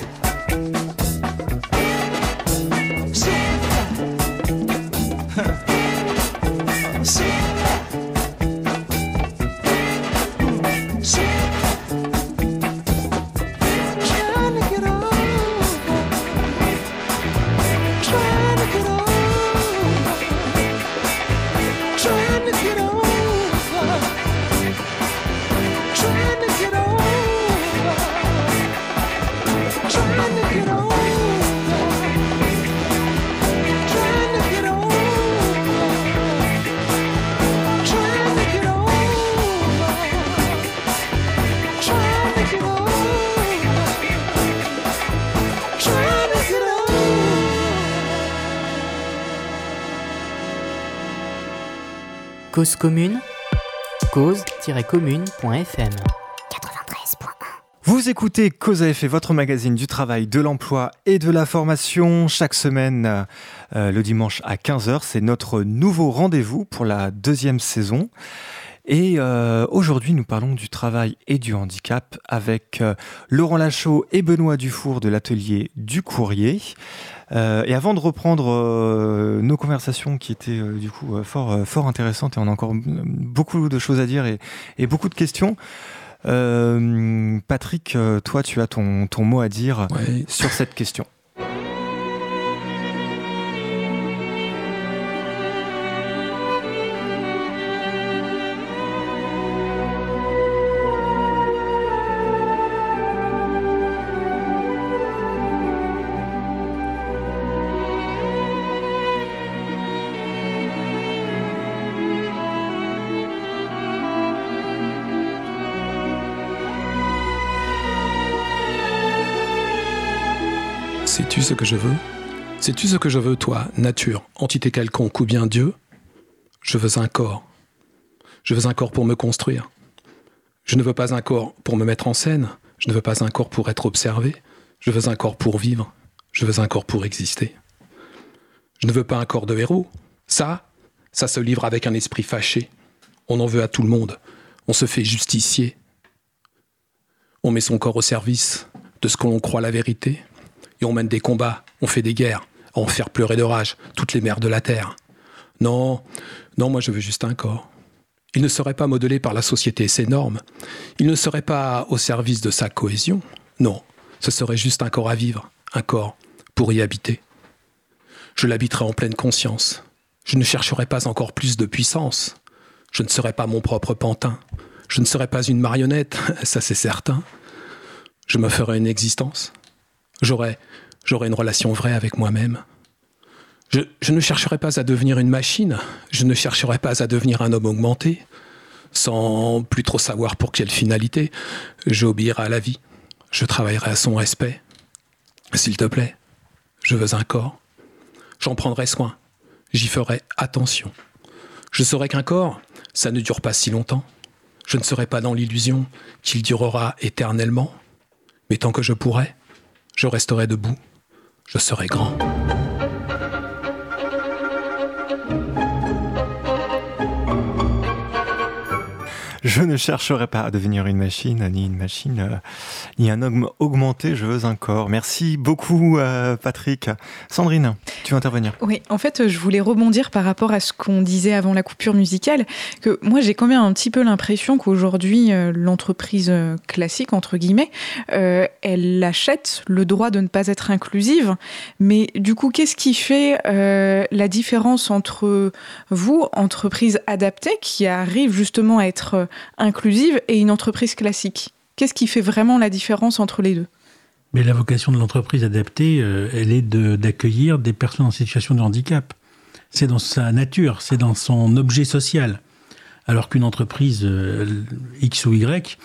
Cause commune, cause-commune.fm 93.1. Vous écoutez Cause à effet, votre magazine du travail, de l'emploi et de la formation. Chaque semaine, le dimanche à 15h, c'est notre nouveau rendez-vous pour la 2e saison. Et aujourd'hui, nous parlons du travail et du handicap avec Laurent Lachaud et Benoît Dufour de l'atelier du Courrier. Et avant de reprendre nos conversations qui étaient du coup fort intéressantes, et on a encore beaucoup de choses à dire et beaucoup de questions, Patrick, toi tu as ton mot à dire sur cette question. Sais-tu ce que je veux ? Sais-tu ce que je veux, toi, nature, entité quelconque ou bien Dieu ? Je veux un corps. Je veux un corps pour me construire. Je ne veux pas un corps pour me mettre en scène. Je ne veux pas un corps pour être observé. Je veux un corps pour vivre. Je veux un corps pour exister. Je ne veux pas un corps de héros. Ça se livre avec un esprit fâché. On en veut à tout le monde. On se fait justicier. On met son corps au service de ce que l'on croit la vérité. Et on mène des combats, on fait des guerres, à en faire pleurer de rage toutes les mères de la terre. Non, moi je veux juste un corps. Il ne serait pas modelé par la société et ses normes. Il ne serait pas au service de sa cohésion. Non, ce serait juste un corps à vivre, un corps pour y habiter. Je l'habiterais en pleine conscience. Je ne chercherais pas encore plus de puissance. Je ne serais pas mon propre pantin. Je ne serais pas une marionnette, ça c'est certain. Je me ferais une existence. J'aurais une relation vraie avec moi-même. Je ne chercherai pas à devenir une machine, je ne chercherai pas à devenir un homme augmenté, sans plus trop savoir pour quelle finalité. J'obéirai à la vie, je travaillerai à son respect. S'il te plaît, je veux un corps. J'en prendrai soin, j'y ferai attention. Je saurai qu'un corps, ça ne dure pas si longtemps. Je ne serai pas dans l'illusion qu'il durera éternellement. Mais tant que je pourrai, je resterai debout, je serai grand. Je ne chercherai pas à devenir une machine, ni un homme augmenté, je veux un corps. Merci beaucoup, Patrick. Sandrine, tu veux intervenir ? Oui, en fait, je voulais rebondir par rapport à ce qu'on disait avant la coupure musicale, que moi, j'ai quand même un petit peu l'impression qu'aujourd'hui, l'entreprise classique, entre guillemets, elle achète le droit de ne pas être inclusive. Mais du coup, qu'est-ce qui fait la différence entre vous, entreprise adaptée, qui arrive justement à être inclusive, et une entreprise classique ? Qu'est-ce qui fait vraiment la différence entre les deux ? Mais la vocation de l'entreprise adaptée, elle est d'accueillir des personnes en situation de handicap. C'est dans sa nature, c'est dans son objet social. Alors qu'une entreprise X ou Y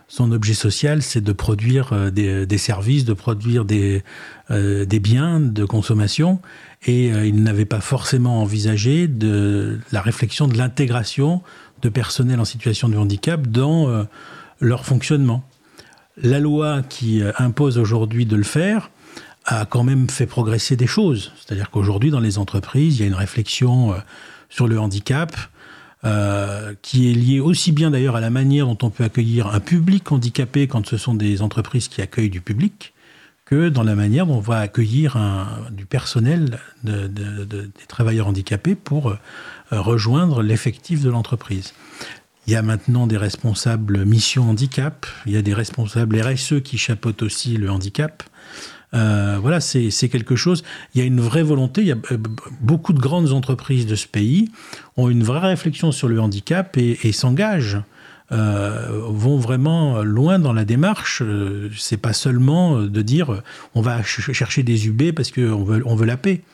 Son objet social, c'est de produire des services, de produire des biens de consommation. Et il n'avait pas forcément envisagé de la réflexion de l'intégration de personnel en situation de handicap dans leur fonctionnement. La loi qui impose aujourd'hui de le faire a quand même fait progresser des choses. C'est-à-dire qu'aujourd'hui, dans les entreprises, il y a une réflexion sur le handicap qui est liée aussi bien d'ailleurs à la manière dont on peut accueillir un public handicapé quand ce sont des entreprises qui accueillent du public, que dans la manière dont on va accueillir du personnel des travailleurs handicapés pour rejoindre l'effectif de l'entreprise. Il y a maintenant des responsables mission handicap, il y a des responsables RSE qui chapeautent aussi le handicap. Voilà, c'est quelque chose. Il y a une vraie volonté. Il y a beaucoup de grandes entreprises de ce pays ont une vraie réflexion sur le handicap et s'engagent, vont vraiment loin dans la démarche. C'est pas seulement de dire on va chercher des UB parce qu'on veut la paix.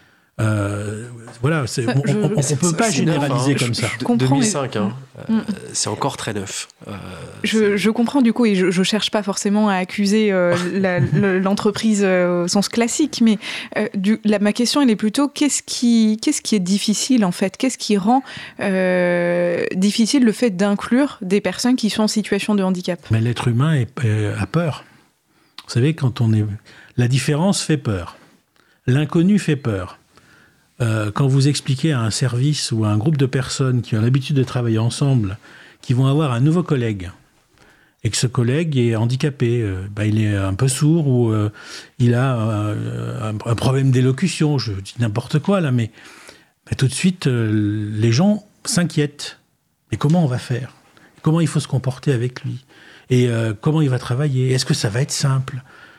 Voilà, on ne peut pas généraliser comme ça. 2005, c'est encore très neuf. Je comprends du coup, et je cherche pas forcément à accuser l'entreprise au sens classique, mais ma question elle est plutôt qu'est-ce qui est difficile en fait ? Qu'est-ce qui rend difficile le fait d'inclure des personnes qui sont en situation de handicap ? Mais l'être humain a peur. Vous savez, la différence fait peur. L'inconnu fait peur. Quand vous expliquez à un service ou à un groupe de personnes qui ont l'habitude de travailler ensemble, qui vont avoir un nouveau collègue, et que ce collègue est handicapé, il est un peu sourd ou il a un problème d'élocution, je dis n'importe quoi là, mais tout de suite, les gens s'inquiètent. Et comment on va faire ? Comment il faut se comporter avec lui ? Et comment il va travailler ? Est-ce que ça va être simple ?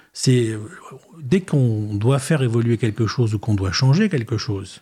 Dès qu'on doit faire évoluer quelque chose ou qu'on doit changer quelque chose,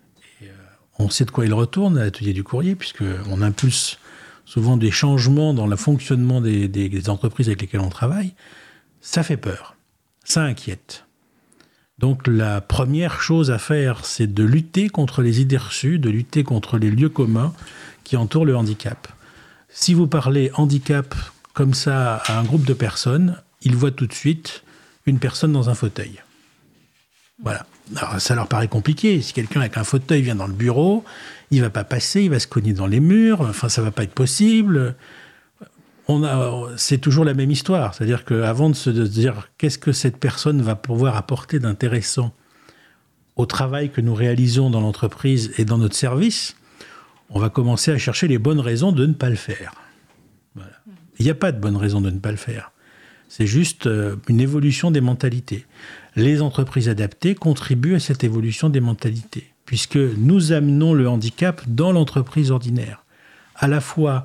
on sait de quoi il retourne à l'atelier du courrier, puisqu'on impulse souvent des changements dans le fonctionnement des entreprises avec lesquelles on travaille, ça fait peur, ça inquiète. Donc la première chose à faire, c'est de lutter contre les idées reçues, de lutter contre les lieux communs qui entourent le handicap. Si vous parlez handicap comme ça à un groupe de personnes, ils voient tout de suite une personne dans un fauteuil. Voilà. Alors, ça leur paraît compliqué. Si quelqu'un avec un fauteuil vient dans le bureau, il ne va pas passer, il va se cogner dans les murs, enfin, ça ne va pas être possible. C'est toujours la même histoire. C'est-à-dire qu'avant de se dire qu'est-ce que cette personne va pouvoir apporter d'intéressant au travail que nous réalisons dans l'entreprise et dans notre service, on va commencer à chercher les bonnes raisons de ne pas le faire. Voilà. Il n'y a pas de bonnes raisons de ne pas le faire. C'est juste une évolution des mentalités. Les entreprises adaptées contribuent à cette évolution des mentalités, puisque nous amenons le handicap dans l'entreprise ordinaire, à la fois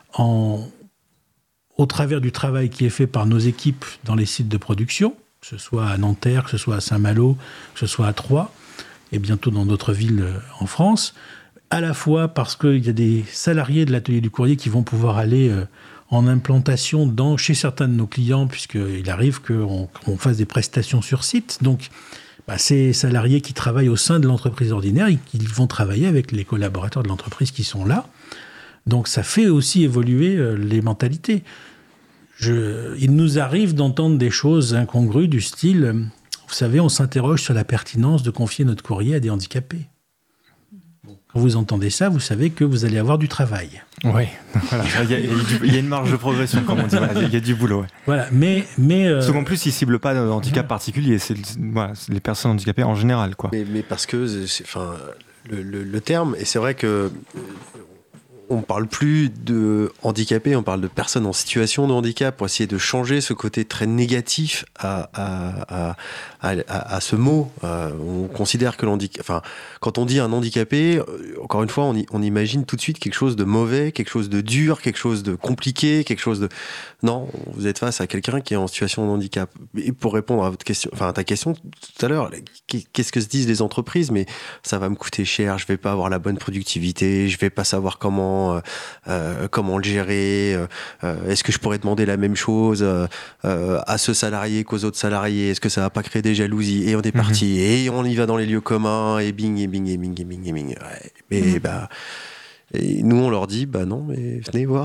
au travers du travail qui est fait par nos équipes dans les sites de production, que ce soit à Nanterre, que ce soit à Saint-Malo, que ce soit à Troyes, et bientôt dans d'autres villes en France, à la fois parce qu'il y a des salariés de l'atelier du courrier qui vont pouvoir aller en implantation chez certains de nos clients, puisqu'il arrive qu'on fasse des prestations sur site. Donc, ces salariés qui travaillent au sein de l'entreprise ordinaire, ils vont travailler avec les collaborateurs de l'entreprise qui sont là. Donc, ça fait aussi évoluer les mentalités. Il nous arrive d'entendre des choses incongrues du style, vous savez, on s'interroge sur la pertinence de confier notre courrier à des handicapés. Quand vous entendez ça, vous savez que vous allez avoir du travail. Oui, voilà. Il y a une marge de progression, comme on dit. Il y a du boulot. Ouais. Voilà, mais parce qu'en plus, ils ne ciblent pas de handicap particulier. C'est les personnes handicapées en général, quoi. Mais parce que, le terme, et c'est vrai que on ne parle plus de handicapés, on parle de personnes en situation de handicap pour essayer de changer ce côté très négatif à ce mot. On considère que quand on dit un handicapé, encore une fois, on imagine tout de suite quelque chose de mauvais, quelque chose de dur, quelque chose de compliqué, quelque chose de... Non, vous êtes face à quelqu'un qui est en situation de handicap. Et pour répondre à votre question, à ta question tout à l'heure, qu'est-ce que se disent les entreprises ? Mais ça va me coûter cher, je vais pas avoir la bonne productivité, je vais pas savoir comment le gérer, est-ce que je pourrais demander la même chose à ce salarié qu'aux autres salariés, est-ce que ça va pas créer des jalousies, et on est parti, et on y va dans les lieux communs, et bing, et bing, et bing, et bing, et bing. Ouais. Mais et nous on leur dit, non, mais venez voir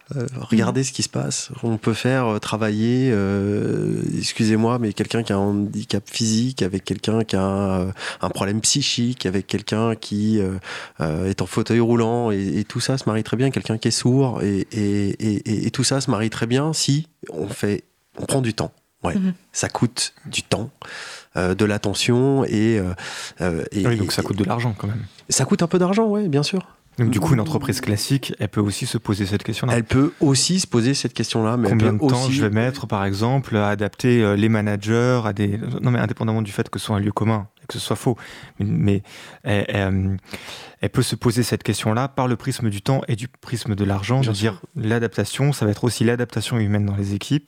Regardez ce qui se passe. On peut faire travailler, excusez-moi, mais quelqu'un qui a un handicap physique, avec quelqu'un qui a un problème psychique, avec quelqu'un qui est en fauteuil roulant, et tout ça se marie très bien. Quelqu'un qui est sourd, et tout ça se marie très bien si on prend du temps. Ouais, ça coûte du temps, de l'attention, et donc ça coûte de l'argent quand même. Ça coûte un peu d'argent, ouais, bien sûr. Donc du coup, une entreprise classique, elle peut aussi se poser cette question-là. Elle peut aussi se poser cette question-là. Mais combien de temps je vais mettre, par exemple, à adapter les managers à des... Non, mais indépendamment du fait que ce soit un lieu commun et que ce soit faux. Mais elle peut se poser cette question-là par le prisme du temps et du prisme de l'argent. De dire l'adaptation, ça va être aussi l'adaptation humaine dans les équipes.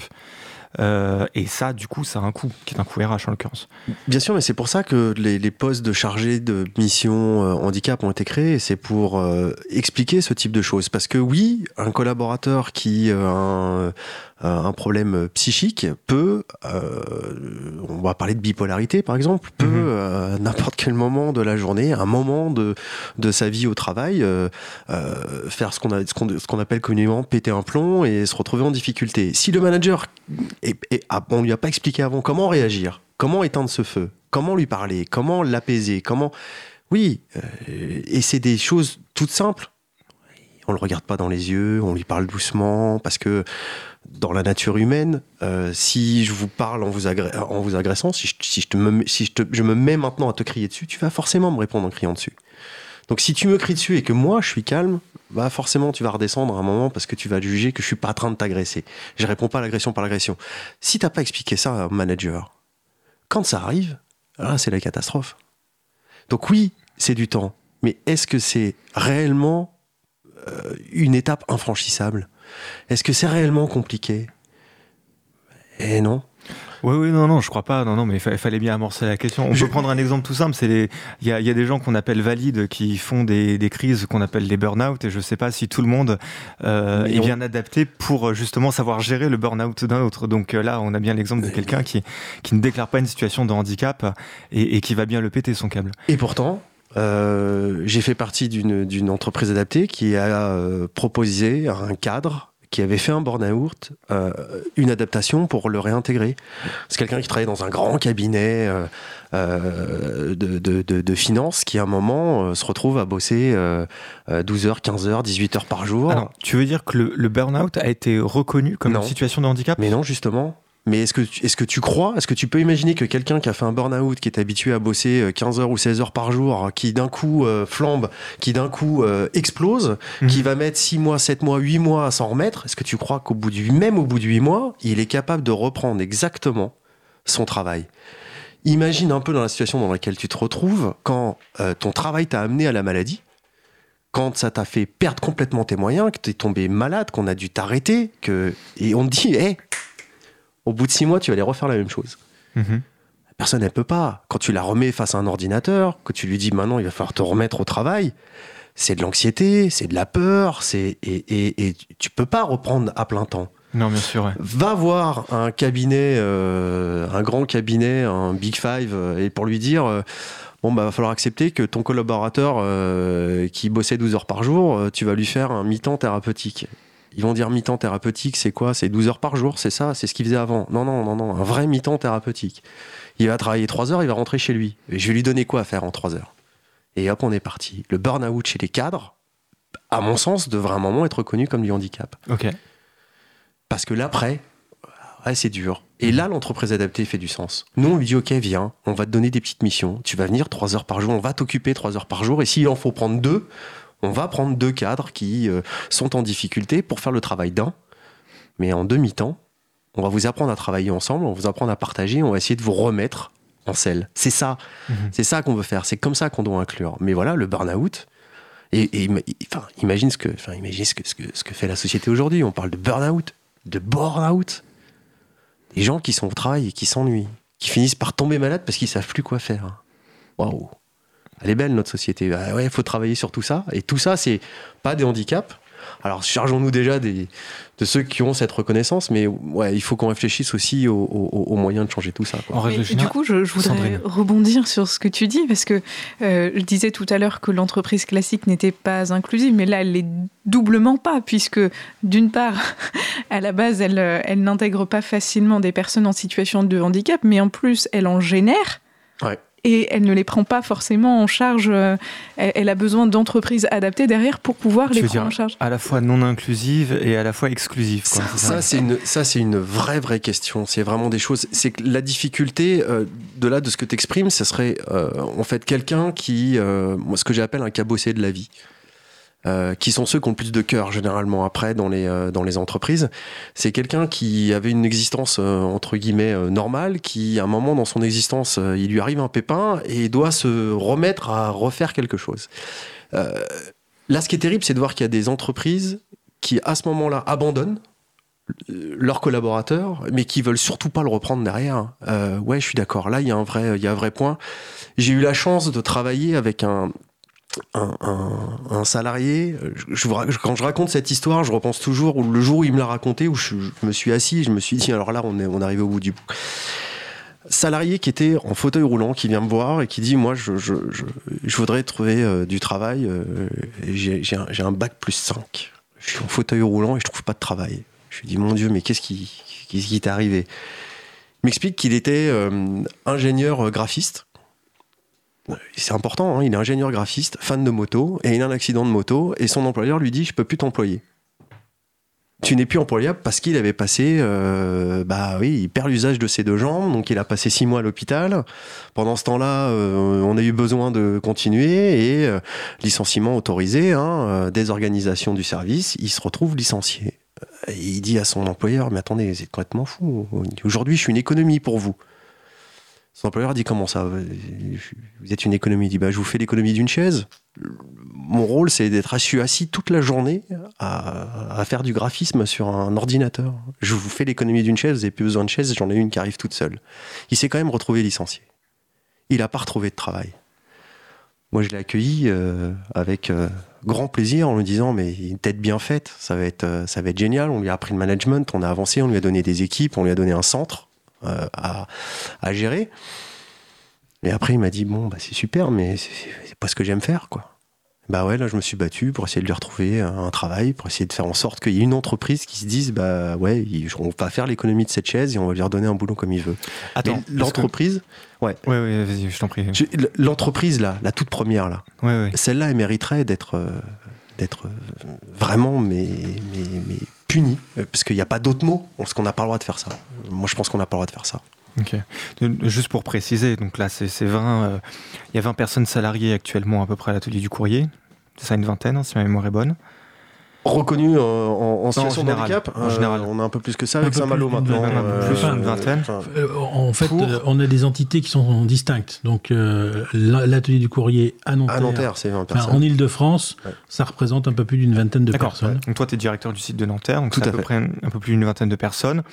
Et ça, du coup, ça a un coût, qui est un coût RH en l'occurrence. Bien sûr, mais c'est pour ça que les postes de chargés de mission handicap ont été créés. C'est pour expliquer ce type de choses. Parce que oui, un collaborateur qui a un problème psychique peut, on va parler de bipolarité par exemple, peut à n'importe quel moment de la journée, un moment de sa vie au travail, faire ce qu'on appelle communément péter un plomb et se retrouver en difficulté. Si le manager, on lui a pas expliqué avant comment réagir, comment éteindre ce feu, comment lui parler, comment l'apaiser, oui, et c'est des choses toutes simples. On le regarde pas dans les yeux, on lui parle doucement, parce que dans la nature humaine, si je vous parle en vous agressant, je me mets maintenant à te crier dessus, tu vas forcément me répondre en criant dessus. Donc si tu me cries dessus et que moi je suis calme, bah forcément tu vas redescendre à un moment parce que tu vas juger que je suis pas en train de t'agresser. Je réponds pas à l'agression par l'agression. Si t'as pas expliqué ça à un manager, quand ça arrive, là c'est la catastrophe. Donc oui, c'est du temps, mais est-ce que c'est réellement une étape infranchissable? Est-ce que c'est réellement compliqué? Eh non. Oui, non, je crois pas. Non, mais il fallait bien amorcer la question. On peut prendre un exemple tout simple. Il y a des gens qu'on appelle valides qui font des crises qu'on appelle des burn-out, et je sais pas si tout le monde est bien adapté pour justement savoir gérer le burn-out d'un autre. Donc là, on a bien l'exemple de quelqu'un qui ne déclare pas une situation de handicap et qui va bien le péter son câble. Et pourtant, j'ai fait partie d'une entreprise adaptée qui a proposé à un cadre qui avait fait un burn-out, une adaptation pour le réintégrer. C'est quelqu'un qui travaillait dans un grand cabinet de finance qui, à un moment, se retrouve à bosser 12 heures, 15 heures, 18 heures par jour. Alors, tu veux dire que le burn-out a été reconnu comme une situation de handicap ? Mais non, justement. Mais est-ce que tu crois, est-ce que tu peux imaginer que quelqu'un qui a fait un burn-out, qui est habitué à bosser 15 heures ou 16 heures par jour, qui d'un coup flambe, qui d'un coup explose, qui va mettre 6 mois, 7 mois, 8 mois à s'en remettre, est-ce que tu crois qu'au bout de 8 mois, il est capable de reprendre exactement son travail ? Imagine un peu dans la situation dans laquelle tu te retrouves quand ton travail t'a amené à la maladie, quand ça t'a fait perdre complètement tes moyens, que t'es tombé malade, qu'on a dû t'arrêter, et on te dit « Hey !» Au bout de 6 mois, tu vas aller refaire la même chose. La personne, elle peut pas. Quand tu la remets face à un ordinateur, que tu lui dis maintenant, il va falloir te remettre au travail, c'est de l'anxiété, c'est de la peur, et tu peux pas reprendre à plein temps. Non, bien sûr. Ouais. Va voir un cabinet, un grand cabinet, un Big Five, et pour lui dire, va falloir accepter que ton collaborateur qui bossait 12 heures par jour, tu vas lui faire un mi-temps thérapeutique. Ils vont dire mi-temps thérapeutique, c'est quoi ? C'est 12 heures par jour, c'est ça ? C'est ce qu'il faisait avant ? Non, un vrai mi-temps thérapeutique. Il va travailler 3 heures, il va rentrer chez lui. Et je vais lui donner quoi à faire en 3 heures ? Et hop, on est parti. Le burn-out chez les cadres, à mon sens, devrait à un moment être reconnu comme du handicap. Ok. Parce que l'après, c'est dur. Et là, l'entreprise adaptée fait du sens. Nous, on lui dit, ok, viens, on va te donner des petites missions. Tu vas venir 3 heures par jour, on va t'occuper 3 heures par jour. Et s'il en faut prendre 2... on va prendre 2 cadres qui sont en difficulté pour faire le travail d'un, mais en demi-temps, on va vous apprendre à travailler ensemble, on va vous apprendre à partager, on va essayer de vous remettre en selle. C'est ça, c'est ça qu'on veut faire, c'est comme ça qu'on doit inclure. Mais voilà, le burn-out, imagine ce que fait la société aujourd'hui. On parle de burn-out, de bore-out. Des gens qui sont au travail et qui s'ennuient, qui finissent par tomber malades parce qu'ils savent plus quoi faire. Waouh! Elle est belle, notre société. Il faut travailler sur tout ça. Et tout ça, c'est pas des handicaps. Alors chargeons-nous déjà de ceux qui ont cette reconnaissance, mais ouais, il faut qu'on réfléchisse aussi aux moyens de changer tout ça, quoi. Du coup, je voudrais rebondir sur ce que tu dis, parce que je disais tout à l'heure que l'entreprise classique n'était pas inclusive, mais là, elle l'est doublement pas, puisque d'une part, à la base, elle n'intègre pas facilement des personnes en situation de handicap, mais en plus, elle en génère. Ouais. Et elle ne les prend pas forcément en charge. Elle a besoin d'entreprises adaptées derrière pour pouvoir les prendre en charge. À la fois non inclusive et à la fois exclusive. Quoi. Ça, c'est une vraie question. C'est vraiment des choses. C'est que la difficulté de ce que tu exprimes, ce serait en fait quelqu'un qui, moi, ce que j'appelle un cabossé de la vie. Qui sont ceux qui ont le plus de cœur généralement après dans les entreprises. C'est quelqu'un qui avait une existence entre guillemets normale, qui à un moment dans son existence il lui arrive un pépin et doit se remettre à refaire quelque chose. Là, ce qui est terrible, c'est de voir qu'il y a des entreprises qui à ce moment-là abandonnent leurs collaborateurs, mais qui veulent surtout pas le reprendre derrière. Ouais, je suis d'accord. Là, il y a un vrai point. J'ai eu la chance de travailler avec un salarié. Quand je raconte cette histoire, je repense toujours le jour où il me l'a raconté, où je me suis assis et je me suis dit, alors là, on est arrivé au bout du bout. Salarié qui était en fauteuil roulant, qui vient me voir et qui dit, moi, je voudrais trouver du travail. J'ai un bac plus 5. Je suis en fauteuil roulant et je trouve pas de travail. Je lui dis, mon Dieu, mais qu'est-ce qui t'est arrivé ? Il m'explique qu'il était ingénieur graphiste. C'est important, hein, il est ingénieur graphiste, fan de moto, et il a un accident de moto, et son employeur lui dit « je peux plus t'employer ». Tu n'es plus employable parce qu'il avait passé, il perd l'usage de ses deux jambes, donc il a passé 6 mois à l'hôpital. Pendant ce temps-là, on a eu besoin de continuer, et licenciement autorisé, désorganisation du service, il se retrouve licencié. Et il dit à son employeur « mais attendez, vous êtes complètement fou, aujourd'hui je suis une économie pour vous ». Son employeur dit « comment ça ? Vous êtes une économie ?» Il dit « je vous fais l'économie d'une chaise. Mon rôle, c'est d'être assis toute la journée à faire du graphisme sur un ordinateur. Je vous fais l'économie d'une chaise, vous n'avez plus besoin de chaise, j'en ai une qui arrive toute seule. » Il s'est quand même retrouvé licencié. Il n'a pas retrouvé de travail. Moi, je l'ai accueilli avec grand plaisir en lui disant « mais une tête bien faite, ça va être génial. » On lui a appris le management, on a avancé, on lui a donné des équipes, on lui a donné un centre à gérer. Et après il m'a dit c'est super, mais c'est pas ce que j'aime faire, quoi. Ouais, là je me suis battu pour essayer de lui retrouver un travail, pour essayer de faire en sorte qu'il y ait une entreprise qui se dise on va faire l'économie de cette chaise et on va lui redonner un boulot comme il veut. Attends, mais l'entreprise ouais, vas-y, je t'en prie. L'entreprise là, la toute première là, celle-là elle mériterait d'être vraiment mais puni, parce qu'il n'y a pas d'autre mot, parce qu'on n'a pas le droit de faire ça. Moi, je pense qu'on n'a pas le droit de faire ça. Ok. Juste pour préciser, donc là, c'est 20. Il y a 20 personnes salariées actuellement à peu près à l'atelier du courrier. C'est ça, une vingtaine, si ma mémoire est bonne. Reconnus en situation de handicap. En général. On a un peu plus que ça avec Saint-Malo maintenant. Plus une vingtaine. En fait, on a des entités qui sont distinctes. Donc, l'atelier du courrier à Nanterre, c'est 20 personnes. En Ile-de-France, ça représente un peu plus d'une vingtaine de personnes. Ouais. Donc, toi, tu es directeur du site de Nanterre, donc c'est à peu près un peu plus d'une vingtaine de personnes.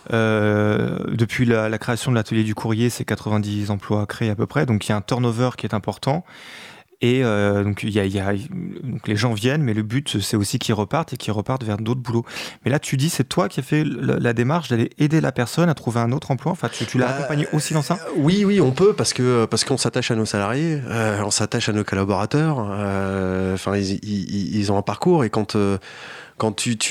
Depuis la création de l'atelier du courrier, c'est 90 emplois créés à peu près. Donc, il y a un turnover qui est important. Et donc les gens viennent, mais le but c'est aussi qu'ils repartent vers d'autres boulots. Mais là tu dis c'est toi qui as fait la démarche d'aller aider la personne à trouver un autre emploi. Enfin tu l'as accompagné aussi dans ça. Oui on peut parce qu'on s'attache à nos salariés, on s'attache à nos collaborateurs. Ils ont un parcours et quand on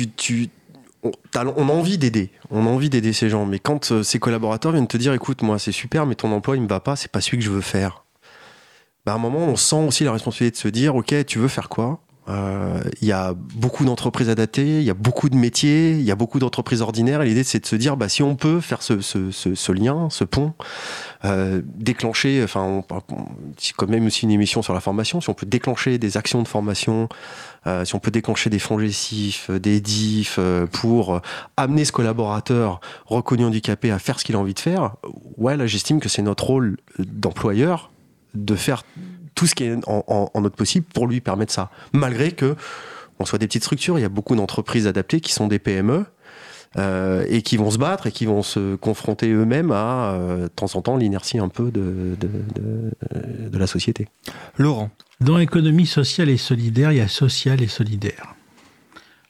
a envie d'aider, ces gens. Mais quand ces collaborateurs viennent te dire écoute moi c'est super mais ton emploi il me va pas, c'est pas celui que je veux faire. À un moment, on sent aussi la responsabilité de se dire, ok, tu veux faire quoi ? Il y a beaucoup d'entreprises adaptées, il y a beaucoup de métiers, il y a beaucoup d'entreprises ordinaires. Et l'idée, c'est de se dire, si on peut faire ce lien, ce pont, déclencher, c'est quand même aussi une émission sur la formation, si on peut déclencher des actions de formation, si on peut déclencher des FONGECIF, des DIF, pour amener ce collaborateur reconnu handicapé à faire ce qu'il a envie de faire, là, j'estime que c'est notre rôle d'employeur de faire tout ce qui est en notre possible pour lui permettre ça. Malgré que on soit des petites structures, il y a beaucoup d'entreprises adaptées qui sont des PME et qui vont se battre et qui vont se confronter eux-mêmes à, de temps en temps, l'inertie un peu de la société. Laurent. Dans l'économie sociale et solidaire, il y a social et solidaire.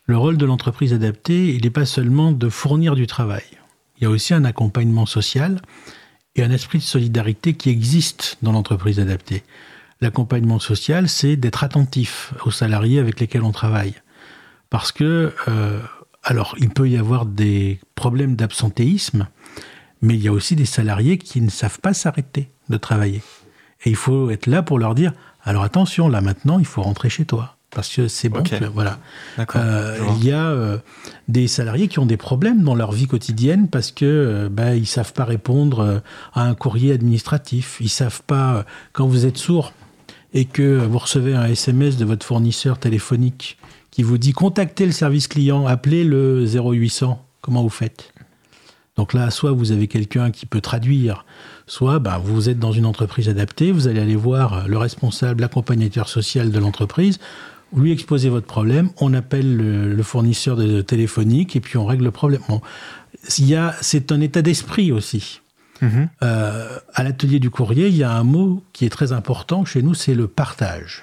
Le rôle de l'entreprise adaptée, il n'est pas seulement de fournir du travail. Il y a aussi un accompagnement social et un esprit de solidarité qui existe dans l'entreprise adaptée. L'accompagnement social, c'est d'être attentif aux salariés avec lesquels on travaille. Parce que, alors, il peut y avoir des problèmes d'absentéisme, mais il y a aussi des salariés qui ne savent pas s'arrêter de travailler. Et il faut être là pour leur dire, alors attention, là maintenant, il faut rentrer chez toi. Parce que c'est bon, Okay. voilà. D'accord. Il y a des salariés qui ont des problèmes dans leur vie quotidienne parce que ils savent pas répondre à un courrier administratif. Ils savent pas, quand vous êtes sourd et que vous recevez un SMS de votre fournisseur téléphonique qui vous dit « Contactez le service client, appelez le 0800 », comment vous faites ? Donc là, soit vous avez quelqu'un qui peut traduire, soit vous êtes dans une entreprise adaptée, vous allez aller voir le responsable, l'accompagnateur social de l'entreprise, vous lui exposez votre problème, on appelle le fournisseur de téléphonique et puis on règle le problème. Bon, c'est un état d'esprit aussi. Mhm. À l'atelier du courrier, il y a un mot qui est très important chez nous, c'est le partage.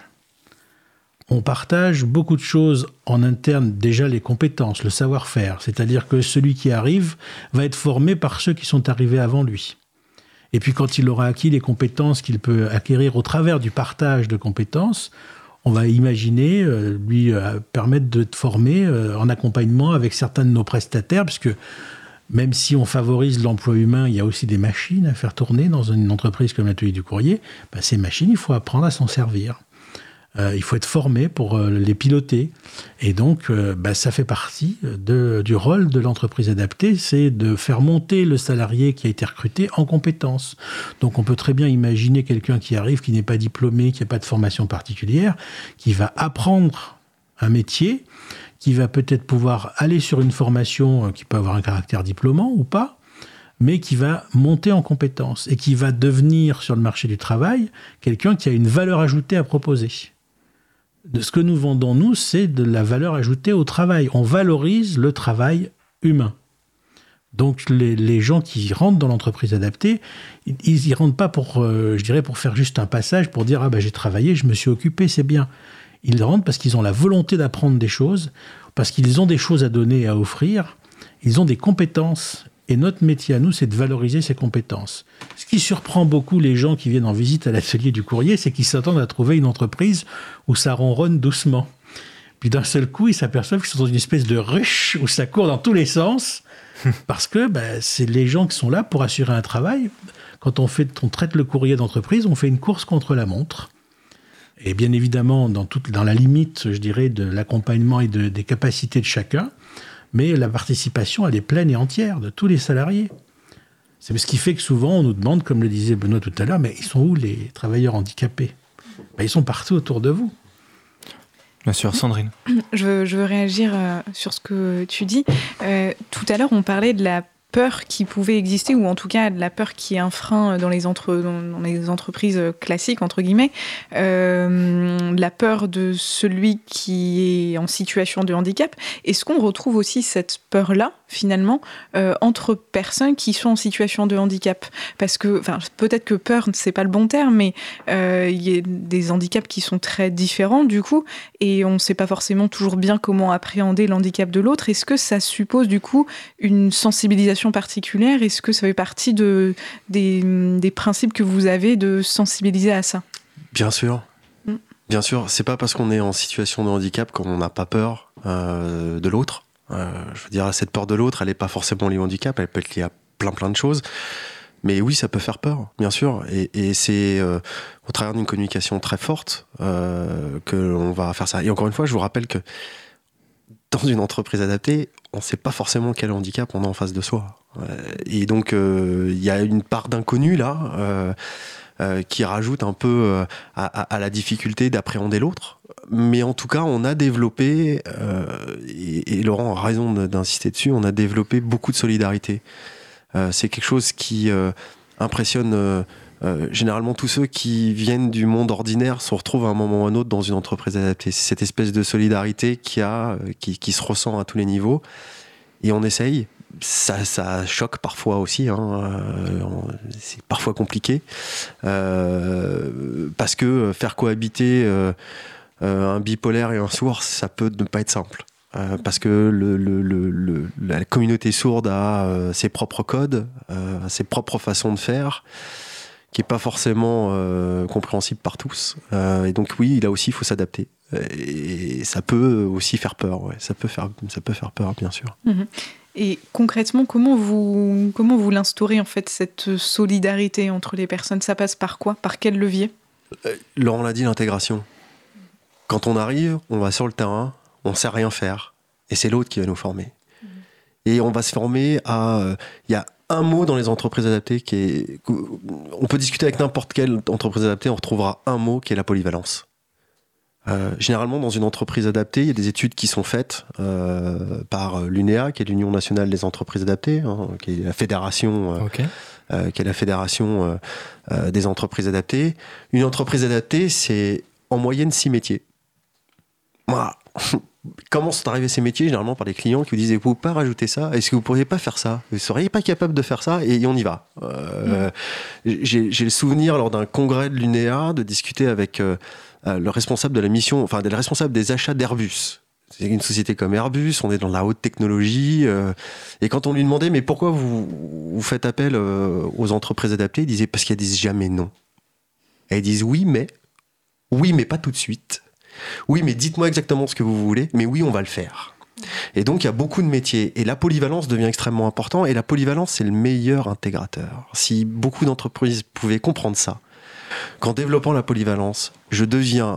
On partage beaucoup de choses en interne, déjà les compétences, le savoir-faire. C'est-à-dire que celui qui arrive va être formé par ceux qui sont arrivés avant lui. Et puis quand il aura acquis les compétences qu'il peut acquérir au travers du partage de compétences, on va imaginer lui permettre de te former en accompagnement avec certains de nos prestataires, puisque même si on favorise l'emploi humain, il y a aussi des machines à faire tourner dans une entreprise comme l'atelier du courrier. Ces machines, il faut apprendre à s'en servir. Il faut être formé pour les piloter. Et donc, ça fait partie du rôle de l'entreprise adaptée, c'est de faire monter le salarié qui a été recruté en compétences. Donc, on peut très bien imaginer quelqu'un qui arrive, qui n'est pas diplômé, qui n'a pas de formation particulière, qui va apprendre un métier, qui va peut-être pouvoir aller sur une formation qui peut avoir un caractère diplômant ou pas, mais qui va monter en compétences et qui va devenir, sur le marché du travail, quelqu'un qui a une valeur ajoutée à proposer. De ce que nous vendons, nous, c'est de la valeur ajoutée au travail. On valorise le travail humain. Donc, les gens qui rentrent dans l'entreprise adaptée, ils n'y rentrent pas pour faire juste un passage, pour dire « Ah j'ai travaillé, je me suis occupé, c'est bien ». Ils rentrent parce qu'ils ont la volonté d'apprendre des choses, parce qu'ils ont des choses à donner et à offrir, ils ont des compétences. Et notre métier à nous, c'est de valoriser ces compétences. Ce qui surprend beaucoup les gens qui viennent en visite à l'atelier du courrier, c'est qu'ils s'attendent à trouver une entreprise où ça ronronne doucement. Puis d'un seul coup, ils s'aperçoivent qu'ils sont dans une espèce de rush où ça court dans tous les sens, parce que c'est les gens qui sont là pour assurer un travail. Quand on traite le courrier d'entreprise, on fait une course contre la montre. Et bien évidemment, dans la limite, je dirais, de l'accompagnement et des capacités de chacun, mais la participation, elle est pleine et entière de tous les salariés. C'est ce qui fait que souvent, on nous demande, comme le disait Benoît tout à l'heure, mais ils sont où les travailleurs handicapés ? Ils sont partout autour de vous. Bien sûr, Sandrine. Je veux réagir sur ce que tu dis. Tout à l'heure, on parlait de la peur qui pouvait exister, ou en tout cas de la peur qui est un frein dans les entreprises classiques, entre guillemets, la peur de celui qui est en situation de handicap. Est-ce qu'on retrouve aussi cette peur-là, finalement, entre personnes qui sont en situation de handicap ? Parce que, peut-être que peur, c'est pas le bon terme, mais il y a des handicaps qui sont très différents, du coup, et on ne sait pas forcément toujours bien comment appréhender l'handicap de l'autre. Est-ce que ça suppose, du coup, une sensibilisation particulière ? Est-ce que ça fait partie des principes que vous avez de sensibiliser à ça ? Bien sûr. Bien sûr, c'est pas parce qu'on est en situation de handicap qu'on n'a pas peur de l'autre. Je veux dire, cette peur de l'autre, elle n'est pas forcément liée au handicap, elle peut être liée à plein de choses. Mais oui, ça peut faire peur, bien sûr. Et c'est au travers d'une communication très forte que l'on va faire ça. Et encore une fois, je vous rappelle que dans une entreprise adaptée, on ne sait pas forcément quel handicap on a en face de soi. Et donc, il y a une part d'inconnu là qui rajoute un peu à la difficulté d'appréhender l'autre. Mais en tout cas, on a développé, et Laurent a raison d'insister dessus, on a développé beaucoup de solidarité. C'est quelque chose qui impressionne généralement tous ceux qui viennent du monde ordinaire se retrouvent à un moment ou à un autre dans une entreprise adaptée. C'est cette espèce de solidarité qui se ressent à tous les niveaux. Et on essaye. Ça choque parfois aussi, c'est parfois compliqué, parce que faire cohabiter un bipolaire et un sourd, ça peut ne pas être simple. parce que la communauté sourde a ses propres codes, ses propres façons de faire, qui n'est pas forcément compréhensible par tous. Et donc oui, là aussi, il faut s'adapter. Et ça peut aussi faire peur, ouais. Ça peut faire peur, bien sûr. Et concrètement, comment vous l'instaurez, en fait, cette solidarité entre les personnes ? Ça passe par quoi ? Par quel levier ? Laurent l'a dit, l'intégration. Quand on arrive, on va sur le terrain, on ne sait rien faire. Et c'est l'autre qui va nous former. Et on va se former à... Il y a un mot dans les entreprises adaptées on peut discuter avec n'importe quelle entreprise adaptée, on retrouvera un mot qui est la polyvalence. Généralement, dans une entreprise adaptée, il y a des études qui sont faites par l'UNEA, qui est l'Union nationale des entreprises adaptées, qui est la fédération, des entreprises adaptées. Une entreprise adaptée, c'est en moyenne 6 métiers. Voilà. Comment sont arrivés ces métiers ? Généralement par des clients qui vous disent « Vous ne pouvez pas rajouter ça ? Est-ce que vous ne pourriez pas faire ça ? Vous ne seriez pas capable de faire ça ?» Et on y va. J'ai le souvenir, lors d'un congrès de l'UNEA, de discuter avec le responsable de la mission, enfin le responsable des achats d'Airbus. C'est une société comme Airbus, on est dans la haute technologie. Et quand on lui demandait « Mais pourquoi vous faites appel aux entreprises adaptées ?» Il disait « Parce qu'elles disent jamais non. » Et elles disent « Oui, mais pas tout de suite. » Oui, mais dites-moi exactement ce que vous voulez, mais oui, on va le faire. Et donc, il y a beaucoup de métiers. Et la polyvalence devient extrêmement importante. Et la polyvalence, c'est le meilleur intégrateur. Si beaucoup d'entreprises pouvaient comprendre ça, qu'en développant la polyvalence, je deviens,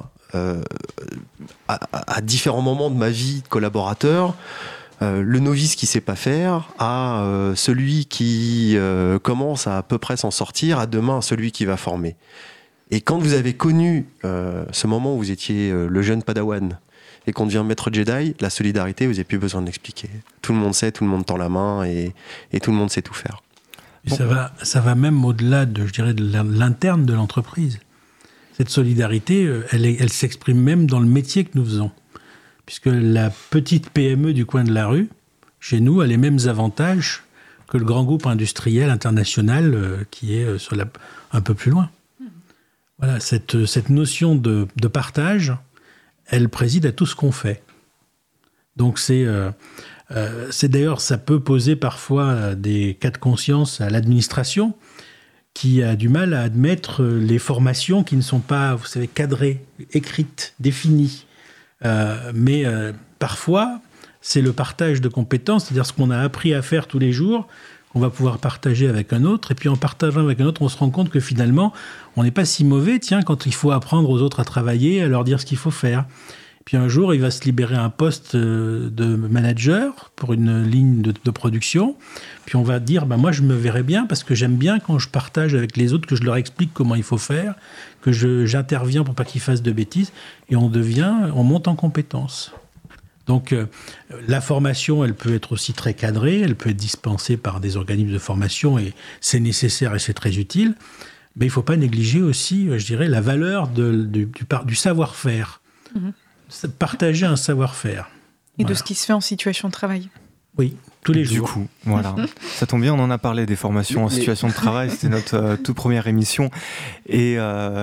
à différents moments de ma vie de collaborateur, le novice qui ne sait pas faire, à celui qui commence à peu près s'en sortir, à demain, celui qui va former. Et quand vous avez connu ce moment où vous étiez le jeune padawan et qu'on devient maître Jedi, la solidarité, vous n'avez plus besoin de l'expliquer. Tout le monde sait, tout le monde tend la main et tout le monde sait tout faire. Et ça va même au-delà de l'interne de l'entreprise. Cette solidarité, elle s'exprime même dans le métier que nous faisons. Puisque la petite PME du coin de la rue, chez nous, a les mêmes avantages que le grand groupe industriel international qui est un peu plus loin. Voilà, cette notion de partage, elle préside à tout ce qu'on fait. Donc c'est d'ailleurs, ça peut poser parfois des cas de conscience à l'administration qui a du mal à admettre les formations qui ne sont pas, vous savez, cadrées, écrites, définies. Mais parfois, c'est le partage de compétences, c'est-à-dire ce qu'on a appris à faire tous les jours, on va pouvoir partager avec un autre, et puis en partageant avec un autre, on se rend compte que finalement, on n'est pas si mauvais, quand il faut apprendre aux autres à travailler, à leur dire ce qu'il faut faire. Puis un jour, il va se libérer un poste de manager pour une ligne de production, puis on va dire, moi je me verrais bien, parce que j'aime bien quand je partage avec les autres, que je leur explique comment il faut faire, que j'interviens pour pas qu'ils fassent de bêtises, et on monte en compétences. Donc, la formation, elle peut être aussi très cadrée, elle peut être dispensée par des organismes de formation, et c'est nécessaire et c'est très utile. Mais il ne faut pas négliger aussi, je dirais, la valeur du savoir-faire. Partager un savoir-faire. Et de ce qui se fait en situation de travail. Oui, tous les jours. Du coup, voilà. Ça tombe bien, on en a parlé des formations en situation de travail. C'était notre toute première émission. Et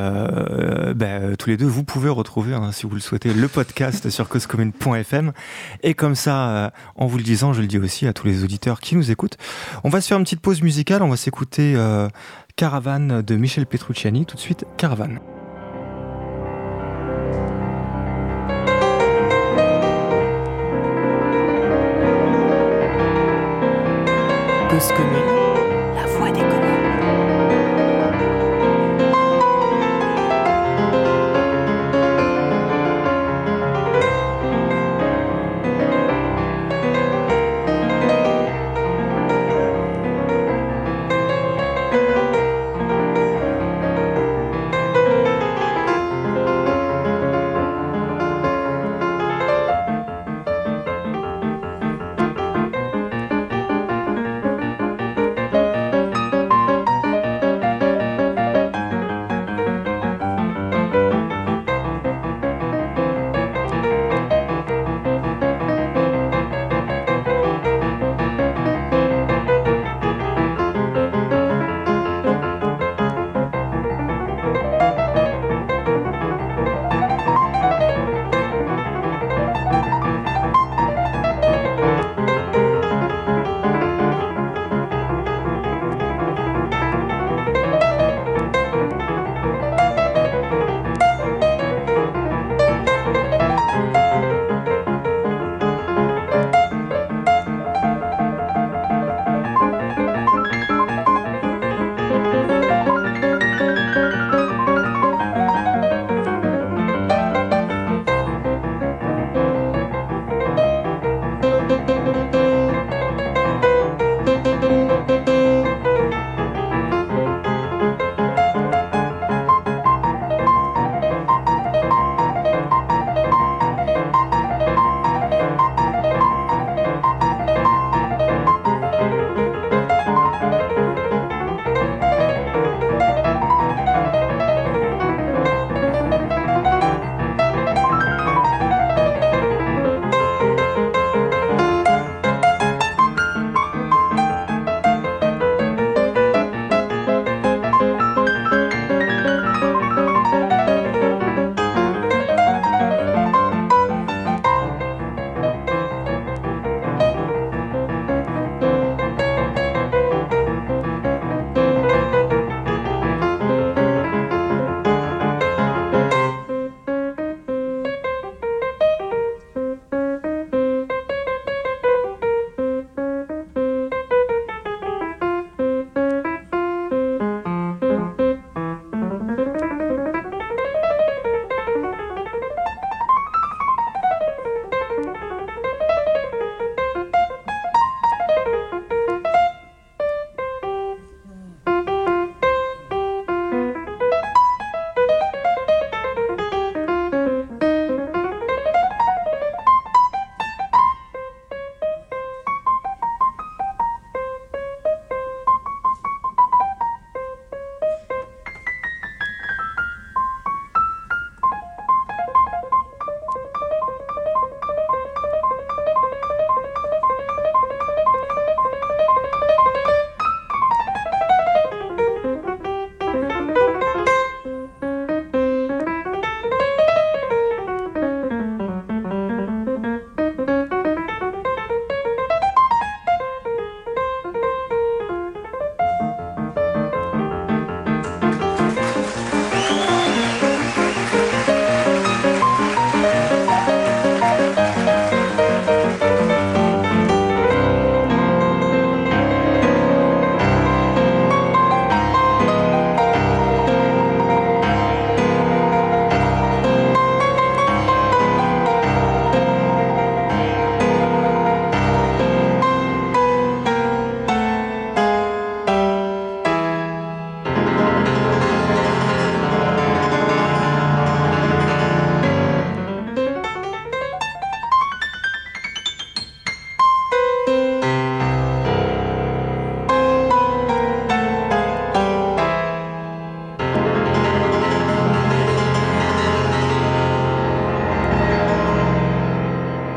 tous les deux, vous pouvez retrouver, si vous le souhaitez, le podcast sur causecommune.fm. Et comme ça, en vous le disant, je le dis aussi à tous les auditeurs qui nous écoutent. On va se faire une petite pause musicale. On va s'écouter Caravane de Michel Petrucciani. Tout de suite, Caravane. Cause commune, la voix des communs.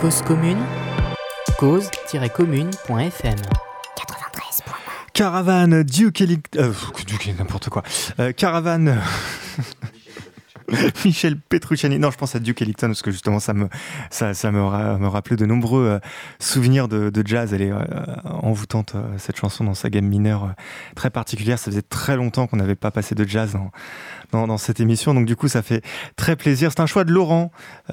Cause commune, cause-commune.fm. Caravane, Duke n'importe quoi. Caravane... Michel Petrucciani. Non, je pense à Duke Ellington parce que justement ça me rappelait de nombreux souvenirs de jazz. Elle est envoûtante, cette chanson, dans sa gamme mineure très particulière. Ça faisait très longtemps qu'on n'avait pas passé de jazz dans cette émission, donc du coup ça fait très plaisir. C'est un choix de Laurent,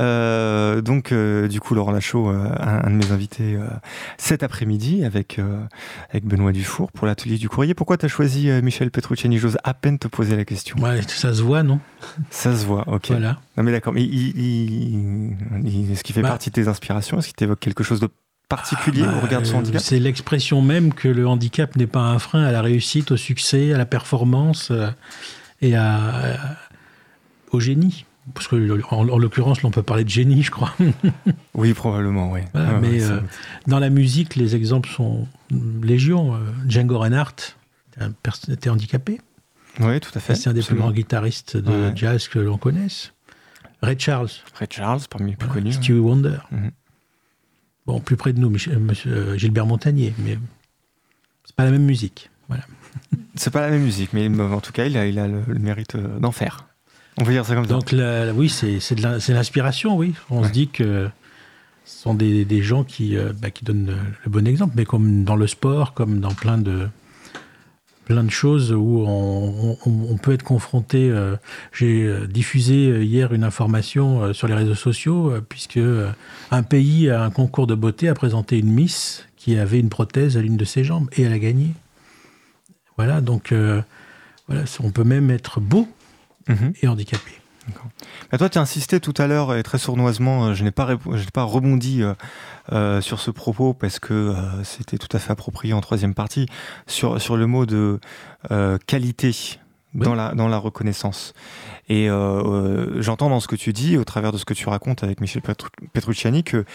du coup Laurent Lachaud, un de mes invités cet après-midi avec Benoît Dufour pour l'atelier du courrier. Pourquoi tu as choisi Michel Petrucciani? J'ose à peine te poser la question. Ouais, ça se voit, non? Ça se voit, ok. Voilà. Non mais d'accord, mais est-ce qu'il fait partie de tes inspirations? Est-ce qu'il t'évoque quelque chose de particulier au regard de son handicap? C'est l'expression même que le handicap n'est pas un frein à la réussite, au succès, à la performance et au génie. Parce que en l'occurrence, là, on peut parler de génie, je crois. Oui, probablement, oui. Voilà, dans la musique, les exemples sont légion. Django Reinhardt était handicapé. Oui, tout à fait. C'est un des plus grands guitaristes de jazz que l'on connaisse. Ray Charles, parmi les plus connus. Stevie Wonder. Mm-hmm. Bon, plus près de nous, Gilbert Montagnier, mais c'est pas la même musique. Voilà. C'est pas la même musique, mais en tout cas, il a le mérite d'en faire. On peut dire ça comme ça. Donc, oui, c'est l'inspiration, oui. On se dit que ce sont des gens qui donnent le bon exemple, mais comme dans le sport, comme dans plein de choses où on peut être confronté. J'ai diffusé hier une information sur les réseaux sociaux, puisque un pays, à un concours de beauté, a présenté une Miss qui avait une prothèse à l'une de ses jambes, et elle a gagné. Voilà, donc on peut même être beau et handicapé. D'accord. Mais toi, tu as insisté tout à l'heure, et très sournoisement, je n'ai pas rebondi sur ce propos, parce que c'était tout à fait approprié en troisième partie, sur le mot de qualité dans la reconnaissance. Et j'entends dans ce que tu dis, au travers de ce que tu racontes avec Michel Petrucciani, que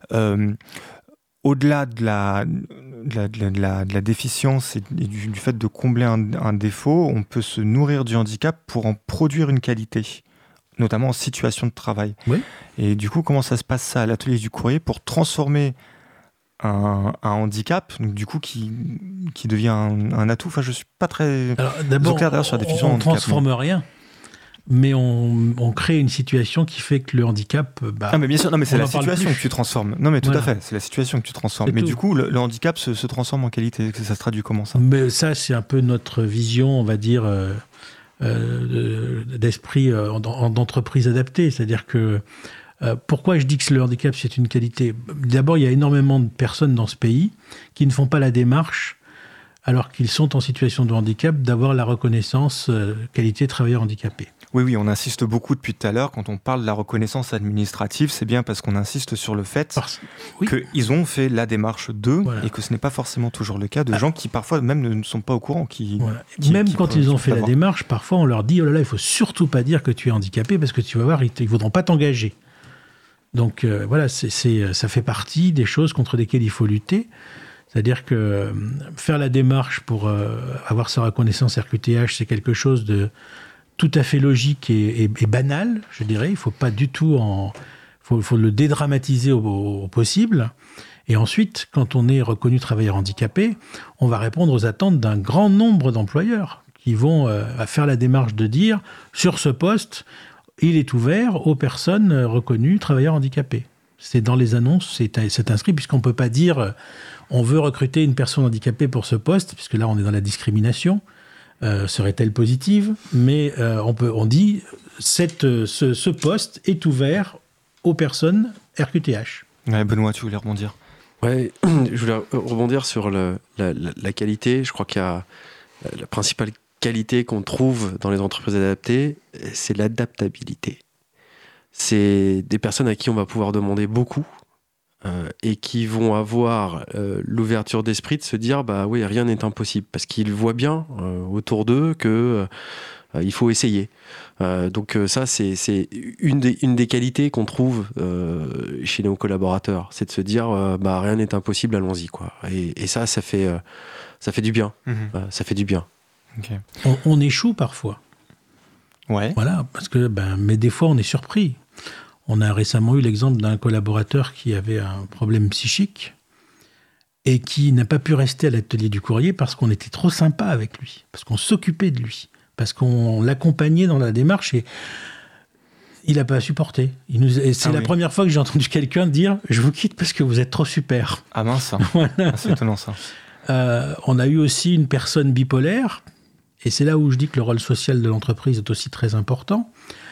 au-delà de la déficience et du fait de combler un défaut, on peut se nourrir du handicap pour en produire une qualité, notamment en situation de travail. Oui. Et du coup, comment ça se passe ça à l'atelier du courrier pour transformer un handicap, donc du coup qui devient un atout? Enfin, je suis pas très clair d'ailleurs sur la définition de handicap. On ne transforme rien, mais on crée une situation qui fait que le handicap... non, mais bien sûr, c'est la situation que tu transformes. Non, mais tout à fait, c'est la situation que tu transformes. Mais du coup, le handicap se transforme en qualité. Ça se traduit comment, ça? Mais ça, c'est un peu notre vision, on va dire... d'esprit d'entreprise adaptée. C'est-à-dire que pourquoi je dis que le handicap c'est une qualité? D'abord, il y a énormément de personnes dans ce pays qui ne font pas la démarche, alors qu'ils sont en situation de handicap, d'avoir la reconnaissance qualité travailleur handicapé. Oui, on insiste beaucoup depuis tout à l'heure, quand on parle de la reconnaissance administrative, c'est bien parce qu'on insiste sur le fait qu'ils ont fait la démarche d'eux, et que ce n'est pas forcément toujours le cas de gens qui parfois même ne sont pas au courant. Même quand ils ont fait la démarche, parfois on leur dit « Oh là là, il ne faut surtout pas dire que tu es handicapé parce que tu vas voir, ils ne voudront pas t'engager. » Donc ça fait partie des choses contre lesquelles il faut lutter. C'est-à-dire que faire la démarche pour avoir sa reconnaissance RQTH, c'est quelque chose de tout à fait logique et banal, je dirais. Il ne faut pas du tout faut le dédramatiser au possible. Et ensuite, quand on est reconnu travailleur handicapé, on va répondre aux attentes d'un grand nombre d'employeurs qui vont faire la démarche de dire, sur ce poste, il est ouvert aux personnes reconnues travailleurs handicapés. C'est dans les annonces, c'est inscrit, puisqu'on ne peut pas dire on veut recruter une personne handicapée pour ce poste, puisque là on est dans la discrimination. Serait-elle positive? Mais on dit ce poste est ouvert aux personnes RQTH. Ouais, Benoît, tu voulais rebondir? Ouais, je voulais rebondir sur la qualité. Je crois qu'il y a la principale qualité qu'on trouve dans les entreprises adaptées, c'est l'adaptabilité. C'est des personnes à qui on va pouvoir demander beaucoup et qui vont avoir l'ouverture d'esprit de se dire bah oui, rien n'est impossible, parce qu'ils voient bien autour d'eux que il faut essayer. Donc ça, c'est une des qualités qu'on trouve chez nos collaborateurs, c'est de se dire bah rien n'est impossible, allons-y, quoi. Et ça fait du bien. Ça fait du bien. Okay. On échoue parfois. Ouais. Voilà, parce que mais des fois on est surpris. On a récemment eu l'exemple d'un collaborateur qui avait un problème psychique et qui n'a pas pu rester à l'atelier du courrier parce qu'on était trop sympa avec lui, parce qu'on s'occupait de lui, parce qu'on l'accompagnait dans la démarche et il n'a pas supporté. C'est la première fois que j'ai entendu quelqu'un dire « Je vous quitte parce que vous êtes trop super ». Ah mince, voilà. C'est étonnant ça. On a eu aussi une personne bipolaire, et c'est là où je dis que le rôle social de l'entreprise est aussi très important,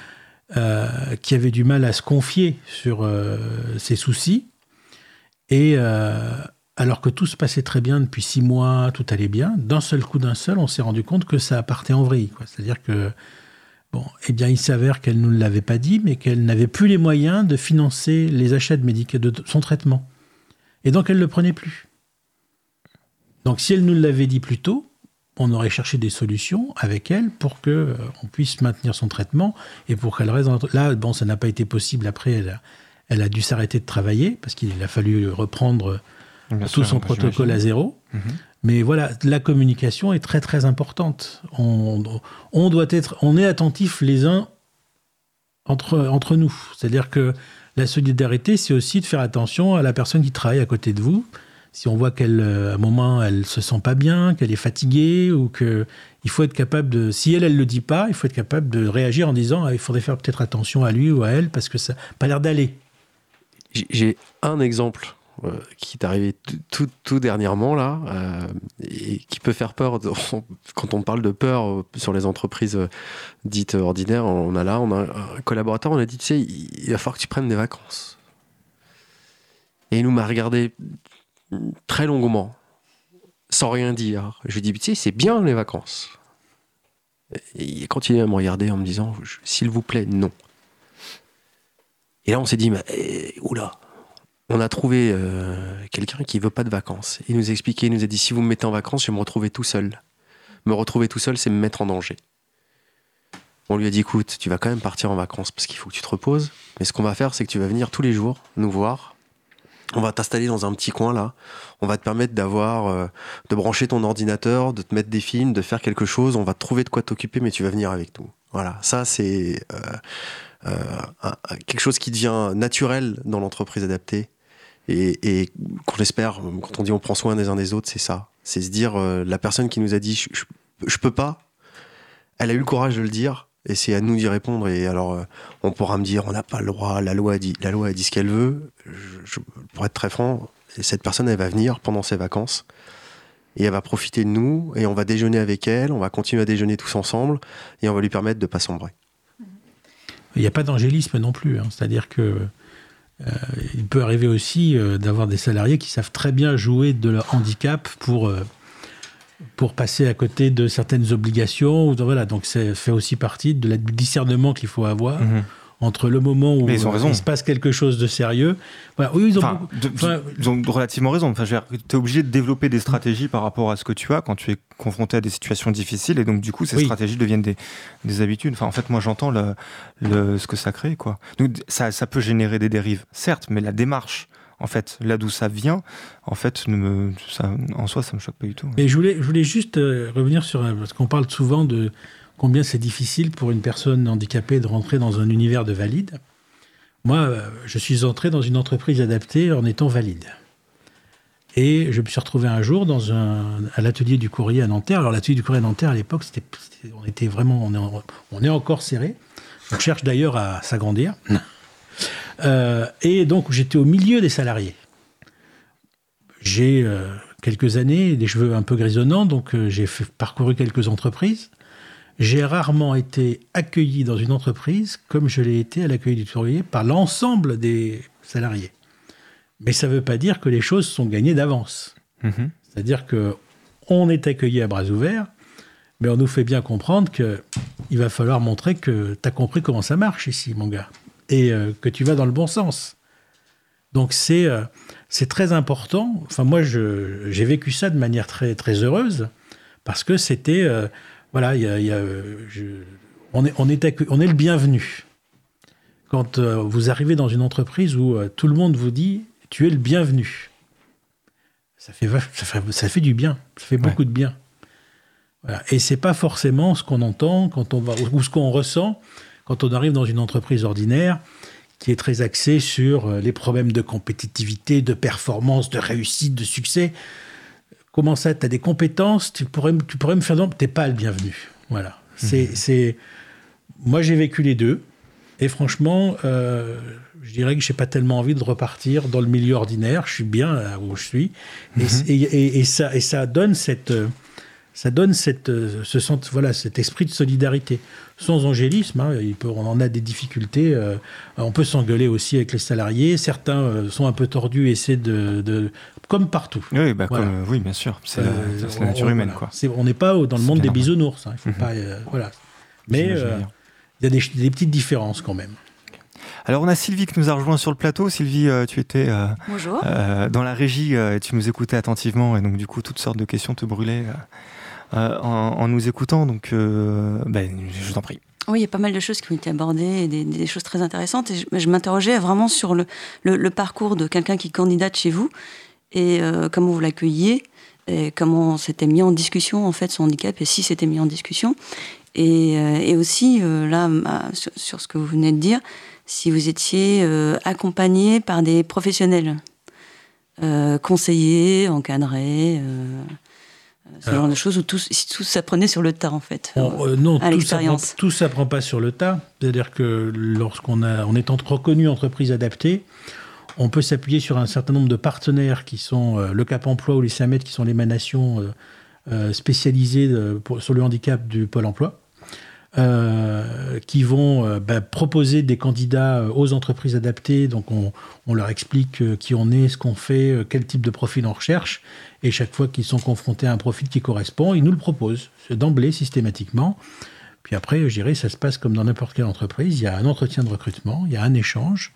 qui avait du mal à se confier sur ses soucis, et alors que tout se passait très bien depuis 6 mois, tout allait bien, d'un seul coup, on s'est rendu compte que ça partait en vrille, quoi. C'est-à-dire que eh bien, il s'avère qu'elle ne nous l'avait pas dit, mais qu'elle n'avait plus les moyens de financer les achats de médicaments, de son traitement. Et donc, elle ne le prenait plus. Donc, si elle nous l'avait dit plus tôt, on aurait cherché des solutions avec elle pour qu'on puisse maintenir son traitement et pour qu'elle reste... Là, ça n'a pas été possible. Après, elle a dû s'arrêter de travailler parce qu'il a fallu reprendre tout son protocole à zéro. Mm-hmm. Mais voilà, la communication est très très importante. On est attentifs les uns entre nous. C'est-à-dire que la solidarité, c'est aussi de faire attention à la personne qui travaille à côté de vous. Si on voit qu'à un moment, elle se sent pas bien, qu'elle est fatiguée, ou il faut être capable de... Si elle le dit pas, il faut être capable de réagir en disant il faudrait faire peut-être attention à lui ou à elle parce que ça n'a pas l'air d'aller. J'ai un exemple qui est arrivé tout dernièrement là, et qui peut faire peur quand on parle de peur sur les entreprises dites ordinaires. On a un collaborateur, on a dit, tu sais, il va falloir que tu prennes des vacances. Et il nous m'a regardé très longuement, sans rien dire. Je lui ai dit, tu sais, c'est bien les vacances. Et il a continué à me regarder en me disant, s'il vous plaît, non. Et là, on s'est dit, oula. On a trouvé quelqu'un qui ne veut pas de vacances. Il nous a expliqué, il nous a dit, si vous me mettez en vacances, je vais me retrouver tout seul. Me retrouver tout seul, c'est me mettre en danger. On lui a dit, écoute, tu vas quand même partir en vacances parce qu'il faut que tu te reposes. Mais ce qu'on va faire, c'est que tu vas venir tous les jours nous voir. On va t'installer dans un petit coin là. On va te permettre de brancher ton ordinateur, de te mettre des films, de faire quelque chose. On va te trouver de quoi t'occuper, mais tu vas venir avec nous. Voilà, ça c'est quelque chose qui devient naturel dans l'entreprise adaptée. Et qu'on espère, quand on dit on prend soin des uns des autres, c'est ça. C'est se dire, la personne qui nous a dit je peux pas, elle a eu le courage de le dire, et c'est à nous d'y répondre. Et alors, on pourra me dire, on n'a pas le droit, la loi a dit ce qu'elle veut. Pour être très franc, cette personne, elle va venir pendant ses vacances, et elle va profiter de nous, et on va déjeuner avec elle, on va continuer à déjeuner tous ensemble, et on va lui permettre de ne pas sombrer. Il n'y a pas d'angélisme non plus, hein. C'est-à-dire que il peut arriver aussi d'avoir des salariés qui savent très bien jouer de leur handicap pour passer à côté de certaines obligations. Voilà, donc ça fait aussi partie du discernement qu'il faut avoir entre le moment où il se passe quelque chose de sérieux. Voilà, oui, ils ont relativement raison. Enfin, tu es obligé de développer des stratégies par rapport à ce que tu as quand tu es confronté à des situations difficiles, et donc du coup, ces stratégies deviennent des habitudes. Enfin, en fait, moi, j'entends ce que ça crée, quoi. Donc, ça peut générer des dérives, certes, mais la démarche, en fait, là d'où ça vient, en fait, en soi, ça me choque pas du tout. Et je voulais juste revenir sur, parce qu'on parle souvent de combien c'est difficile pour une personne handicapée de rentrer dans un univers de valide. Moi, je suis entré dans une entreprise adaptée en étant valide. Et je me suis retrouvé un jour à l'atelier du courrier à Nanterre. Alors, l'atelier du courrier à Nanterre, à l'époque, on est encore serré. On cherche d'ailleurs à s'agrandir. Et donc, j'étais au milieu des salariés. J'ai quelques années, des cheveux un peu grisonnants, donc j'ai parcouru quelques entreprises. J'ai rarement été accueilli dans une entreprise comme je l'ai été à l'accueil du courrier par l'ensemble des salariés. Mais ça ne veut pas dire que les choses sont gagnées d'avance. C'est-à-dire qu'on est accueilli à bras ouverts, mais on nous fait bien comprendre qu'il va falloir montrer que tu as compris comment ça marche ici, mon gars, et que tu vas dans le bon sens. Donc c'est très important. Enfin, moi, j'ai vécu ça de manière très, très heureuse, parce que c'était... voilà, on est le bienvenu. Quand vous arrivez dans une entreprise où tout le monde vous dit « tu es le bienvenu », ça fait du bien, ça fait beaucoup de bien. Voilà. Et c'est pas forcément ce qu'on entend quand on va, ou ce qu'on ressent quand on arrive dans une entreprise ordinaire qui est très axé sur les problèmes de compétitivité, de performance, de réussite, de succès. Comment ça, tu as des compétences, tu pourrais me faire... Non, tu n'es pas le bienvenu. Voilà. Moi, j'ai vécu les deux. Et franchement, je dirais que je n'ai pas tellement envie de repartir dans le milieu ordinaire. Je suis bien là où je suis. Et ça donne cet esprit de solidarité. Sans angélisme, on en a des difficultés. On peut s'engueuler aussi avec les salariés. Certains sont un peu tordus et essaient de comme partout. Oui, oui, bien sûr. C'est la nature humaine. Quoi. On n'est pas dans le monde des bisounours. Il faut pas, voilà. Mais il y a des petites différences quand même. Alors, on a Sylvie qui nous a rejoint sur le plateau. Sylvie, tu étais dans la régie et tu nous écoutais attentivement. Et donc, du coup, toutes sortes de questions te brûlaient en nous écoutant. Donc, je t'en prie. Oui, il y a pas mal de choses qui ont été abordées, et des choses très intéressantes. Et je m'interrogeais vraiment sur le parcours de quelqu'un qui candidate chez vous et comment vous l'accueilliez et comment c'était mis en discussion, en fait, son handicap et si c'était mis en discussion. Et aussi, là, sur ce que vous venez de dire, si vous étiez accompagné par des professionnels, conseillers, encadrés, ce genre de choses où tout s'apprenait sur le tas, en fait, non, à l'expérience. Tout s'apprend pas sur le tas. C'est-à-dire que lorsqu'on est reconnu entreprise adaptée, on peut s'appuyer sur un certain nombre de partenaires qui sont le Cap Emploi ou les SAMET, qui sont l'émanation spécialisée sur le handicap du Pôle emploi, qui vont proposer des candidats aux entreprises adaptées. Donc on leur explique qui on est, ce qu'on fait, quel type de profil on recherche. Et chaque fois qu'ils sont confrontés à un profil qui correspond, ils nous le proposent d'emblée, systématiquement. Puis après, je dirais, ça se passe comme dans n'importe quelle entreprise. Il y a un entretien de recrutement, il y a un échange.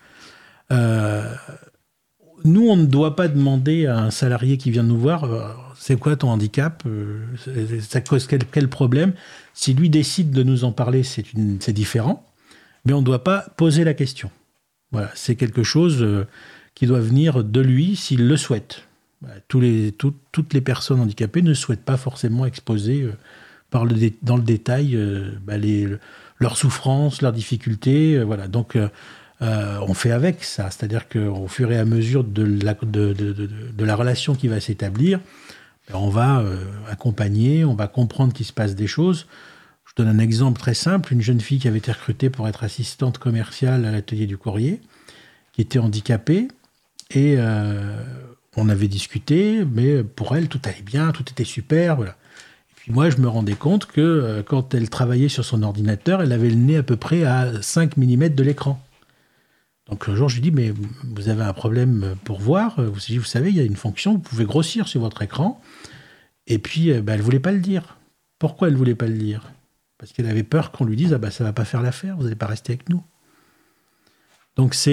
Nous, on ne doit pas demander à un salarié qui vient nous voir c'est quoi ton handicap, ça cause quel problème. Si lui décide de nous en parler, c'est différent, mais on ne doit pas poser la question. Voilà, c'est quelque chose qui doit venir de lui s'il le souhaite. Voilà, toutes les personnes handicapées ne souhaitent pas forcément exposer dans le détail leurs souffrances, leurs difficultés. Voilà, donc on fait avec ça, c'est-à-dire qu'au fur et à mesure de la relation qui va s'établir, on va accompagner, on va comprendre qu'il se passe des choses. Je donne un exemple très simple, une jeune fille qui avait été recrutée pour être assistante commerciale à l'atelier du courrier, qui était handicapée, et on avait discuté, mais pour elle, tout allait bien, tout était super, voilà. Et puis moi, je me rendais compte que quand elle travaillait sur son ordinateur, elle avait le nez à peu près à 5 mm de l'écran. Donc un jour, je lui dis, mais vous avez un problème pour voir. Vous savez, il y a une fonction, vous pouvez grossir sur votre écran. Et puis, elle ne voulait pas le dire. Pourquoi elle ne voulait pas le dire ? Parce qu'elle avait peur qu'on lui dise, ça ne va pas faire l'affaire, vous n'allez pas rester avec nous. Donc ça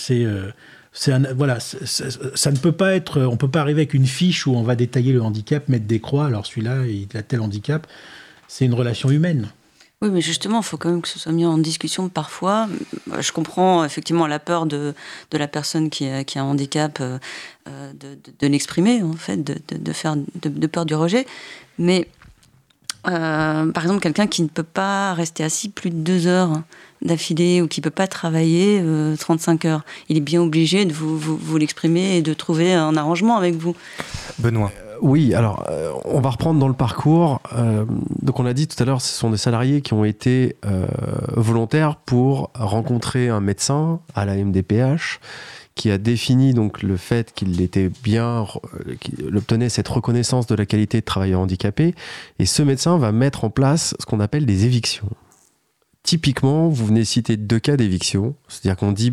ne peut pas être, on ne peut pas arriver avec une fiche où on va détailler le handicap, mettre des croix, alors celui-là, il a tel handicap. C'est une relation humaine. Oui, mais justement, il faut quand même que ce soit mis en discussion parfois. Je comprends effectivement la peur de la personne qui a un handicap de l'exprimer, en fait, de peur du rejet. Mais, par exemple, quelqu'un qui ne peut pas rester assis plus de 2 heures d'affilée ou qui ne peut pas travailler 35 heures, il est bien obligé de vous l'exprimer et de trouver un arrangement avec vous. Benoît. Oui, alors on va reprendre dans le parcours. Donc on a dit tout à l'heure, ce sont des salariés qui ont été volontaires pour rencontrer un médecin à la MDPH qui a défini donc le fait qu'il obtenait cette reconnaissance de la qualité de travailleur handicapé. Et ce médecin va mettre en place ce qu'on appelle des évictions. Typiquement, vous venez citer 2 cas d'éviction, c'est-à-dire qu'on dit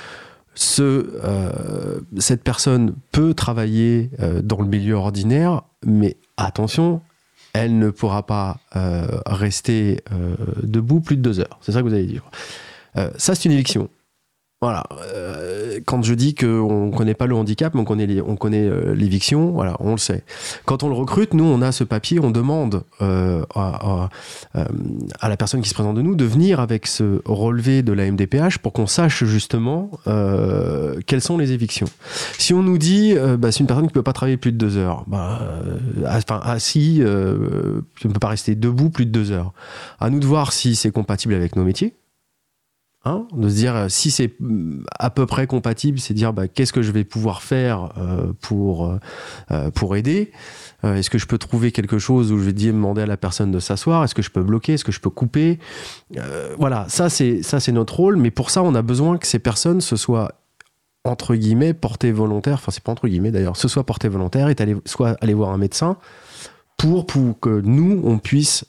cette personne peut travailler dans le milieu ordinaire, mais attention, elle ne pourra pas rester debout plus de 2 heures. C'est ça que vous allez dire. Ça, c'est une éviction. Voilà. Quand je dis qu'on ne connaît pas le handicap, mais on connaît l'éviction, voilà, on le sait. Quand on le recrute, nous, on a ce papier, on demande à la personne qui se présente de nous de venir avec ce relevé de la MDPH pour qu'on sache justement quelles sont les évictions. Si on nous dit c'est une personne qui ne peut pas travailler plus de 2 heures, assis, ne peut pas rester debout plus de 2 heures, à nous de voir si c'est compatible avec nos métiers. de se dire si c'est à peu près compatible, c'est dire qu'est-ce que je vais pouvoir faire pour aider. Est-ce que je peux trouver quelque chose où je vais demander à la personne de s'asseoir? Est-ce que je peux bloquer? Est-ce que je peux couper? Voilà, ça c'est notre rôle, mais pour ça on a besoin que ces personnes se soient entre guillemets portées volontaires, enfin c'est pas entre guillemets d'ailleurs, se soient portées volontaires et soit aller voir un médecin pour que nous on puisse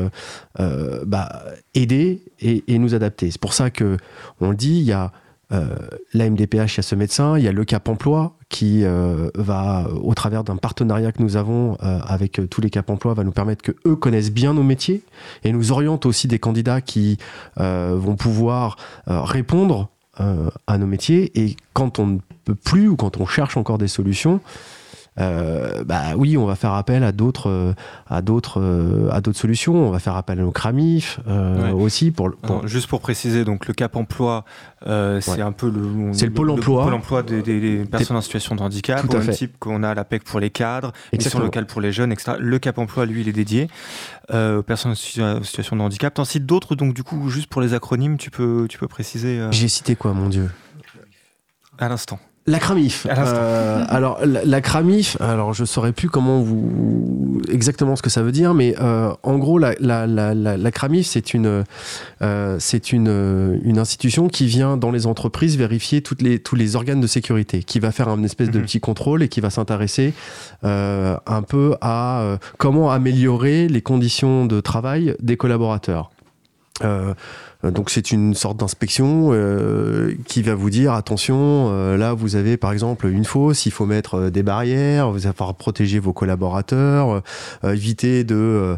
aider et nous adapter. C'est pour ça que on le dit, il y a la MDPH, il y a ce médecin, il y a le Cap Emploi qui va, au travers d'un partenariat que nous avons avec tous les Cap Emploi, va nous permettre que eux connaissent bien nos métiers et nous orientent aussi des candidats qui vont pouvoir répondre à nos métiers. Et quand on ne peut plus ou quand on cherche encore des solutions, oui, on va faire appel à d'autres solutions. On va faire appel à nos CRAMIF aussi juste pour préciser, donc le Cap Emploi, c'est un peu c'est le pôle emploi. Pôle emploi des personnes en situation de handicap, au même type qu'on a la PEC pour les cadres, mission locale pour les jeunes, etc. Le Cap Emploi, lui, il est dédié aux personnes en situation de handicap. T'en cites d'autres, donc du coup, juste pour les acronymes, tu peux préciser. J'ai cité quoi, mon Dieu? À l'instant. La CRAMIF. Alors la CRAMIF, alors je saurais plus exactement ce que ça veut dire, mais en gros la CRAMIF c'est une institution qui vient dans les entreprises vérifier tous les organes de sécurité, qui va faire une espèce de petit contrôle et qui va s'intéresser un peu à comment améliorer les conditions de travail des collaborateurs. Donc c'est une sorte d'inspection qui va vous dire attention, là vous avez par exemple une fosse, il faut mettre des barrières, vous allez falloir protéger vos collaborateurs, éviter de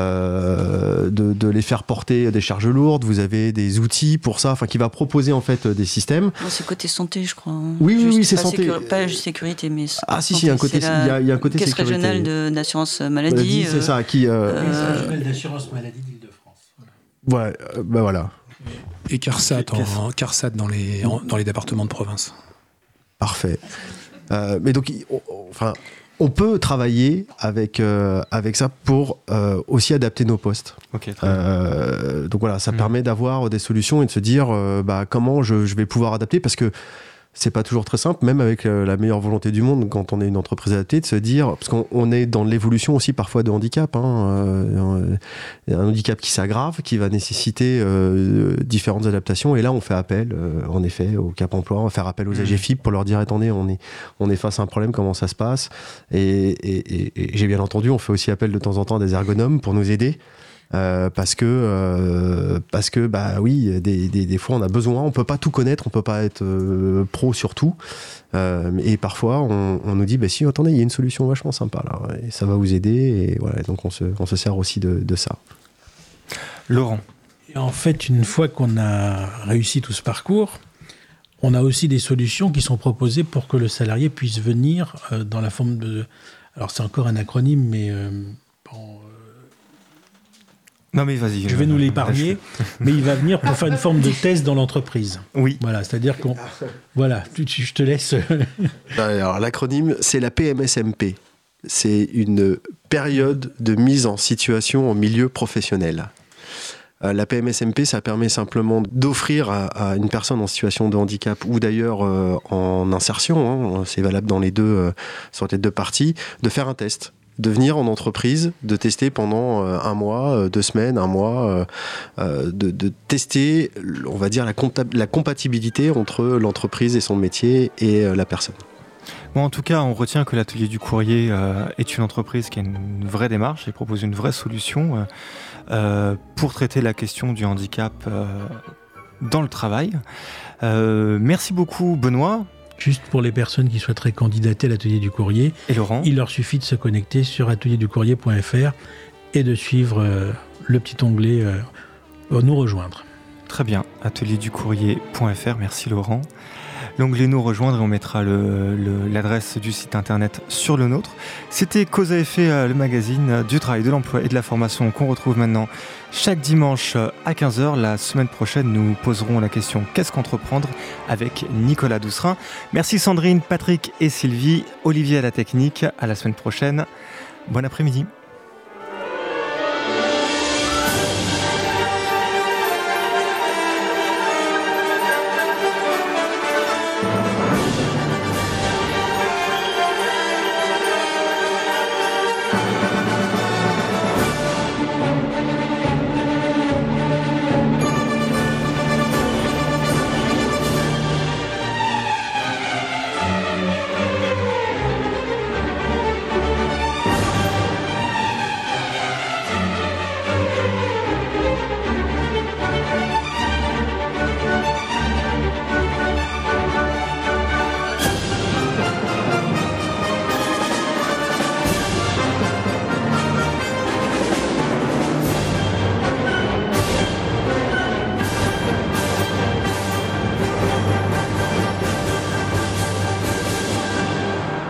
les faire porter des charges lourdes, vous avez des outils pour ça, enfin qui va proposer en fait des systèmes. C'est côté santé, je crois. Oui, c'est santé. Pas juste sécurité, mais si, il y a un côté, il y a un côté caisse sécurité. régionale d'assurance maladie. C'est ça, qui. Caisse régionale d'assurance maladie d'Île-de-France. Ouais, voilà. Et CARSAT dans les départements de province. Parfait. Mais donc, on peut travailler avec ça pour aussi adapter nos postes. Okay, très bien. Donc voilà, ça permet d'avoir des solutions et de se dire comment je vais pouvoir adapter, parce que c'est pas toujours très simple, même avec la meilleure volonté du monde, quand on est une entreprise adaptée, de se dire, parce qu'on est dans l'évolution aussi parfois de handicap, un handicap qui s'aggrave, qui va nécessiter différentes adaptations, et là on fait appel en effet au Cap Emploi, on va faire appel aux AGFIP pour leur dire attendez, on est face à un problème, comment ça se passe, et j'ai bien entendu, on fait aussi appel de temps en temps à des ergonomes pour nous aider. Parce que oui, des fois on a besoin, on peut pas tout connaître, on peut pas être pro sur tout, et parfois on nous dit si, attendez, il y a une solution vachement sympa là, et ça va vous aider, et voilà, donc on se sert aussi de ça. Laurent. Et en fait, une fois qu'on a réussi tout ce parcours, on a aussi des solutions qui sont proposées pour que le salarié puisse venir dans la forme de... Alors c'est encore un acronyme, mais non mais vas-y. Je vais nous l'épargner, mais il va venir pour faire une forme de test dans l'entreprise. Oui. Voilà, c'est-à-dire qu'on... Voilà, je te laisse... Alors l'acronyme, c'est la PMSMP. C'est une période de mise en situation en milieu professionnel. La PMSMP, ça permet simplement d'offrir à une personne en situation de handicap ou d'ailleurs en insertion, c'est valable dans les deux, sur les deux parties, de faire un test. De venir en entreprise, de tester pendant un mois, 2 semaines, un mois, de tester, on va dire, la compatibilité entre l'entreprise et son métier et la personne. Bon, en tout cas, on retient que l'Atelier du Courrier est une entreprise qui a une vraie démarche et propose une vraie solution pour traiter la question du handicap dans le travail. Merci beaucoup, Benoît. Juste pour les personnes qui souhaiteraient candidater à l'Atelier du Courrier, et Laurent, il leur suffit de se connecter sur atelierducourrier.fr et de suivre le petit onglet Nous rejoindre. Très bien, atelierducourrier.fr, merci Laurent. L'onglet Nous rejoindre, et on mettra l'adresse du site internet sur le nôtre. C'était Cause à effet, le magazine du travail, de l'emploi et de la formation qu'on retrouve maintenant chaque dimanche à 15h. La semaine prochaine, nous poserons la question « Qu'est-ce qu'entreprendre ?» avec Nicolas Doucerin. Merci Sandrine, Patrick et Sylvie. Olivier à la technique. À la semaine prochaine. Bon après-midi.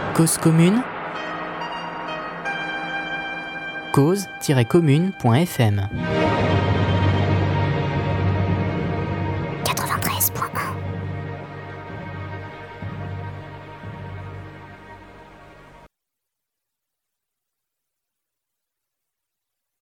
Cause commune, cause-commune.fm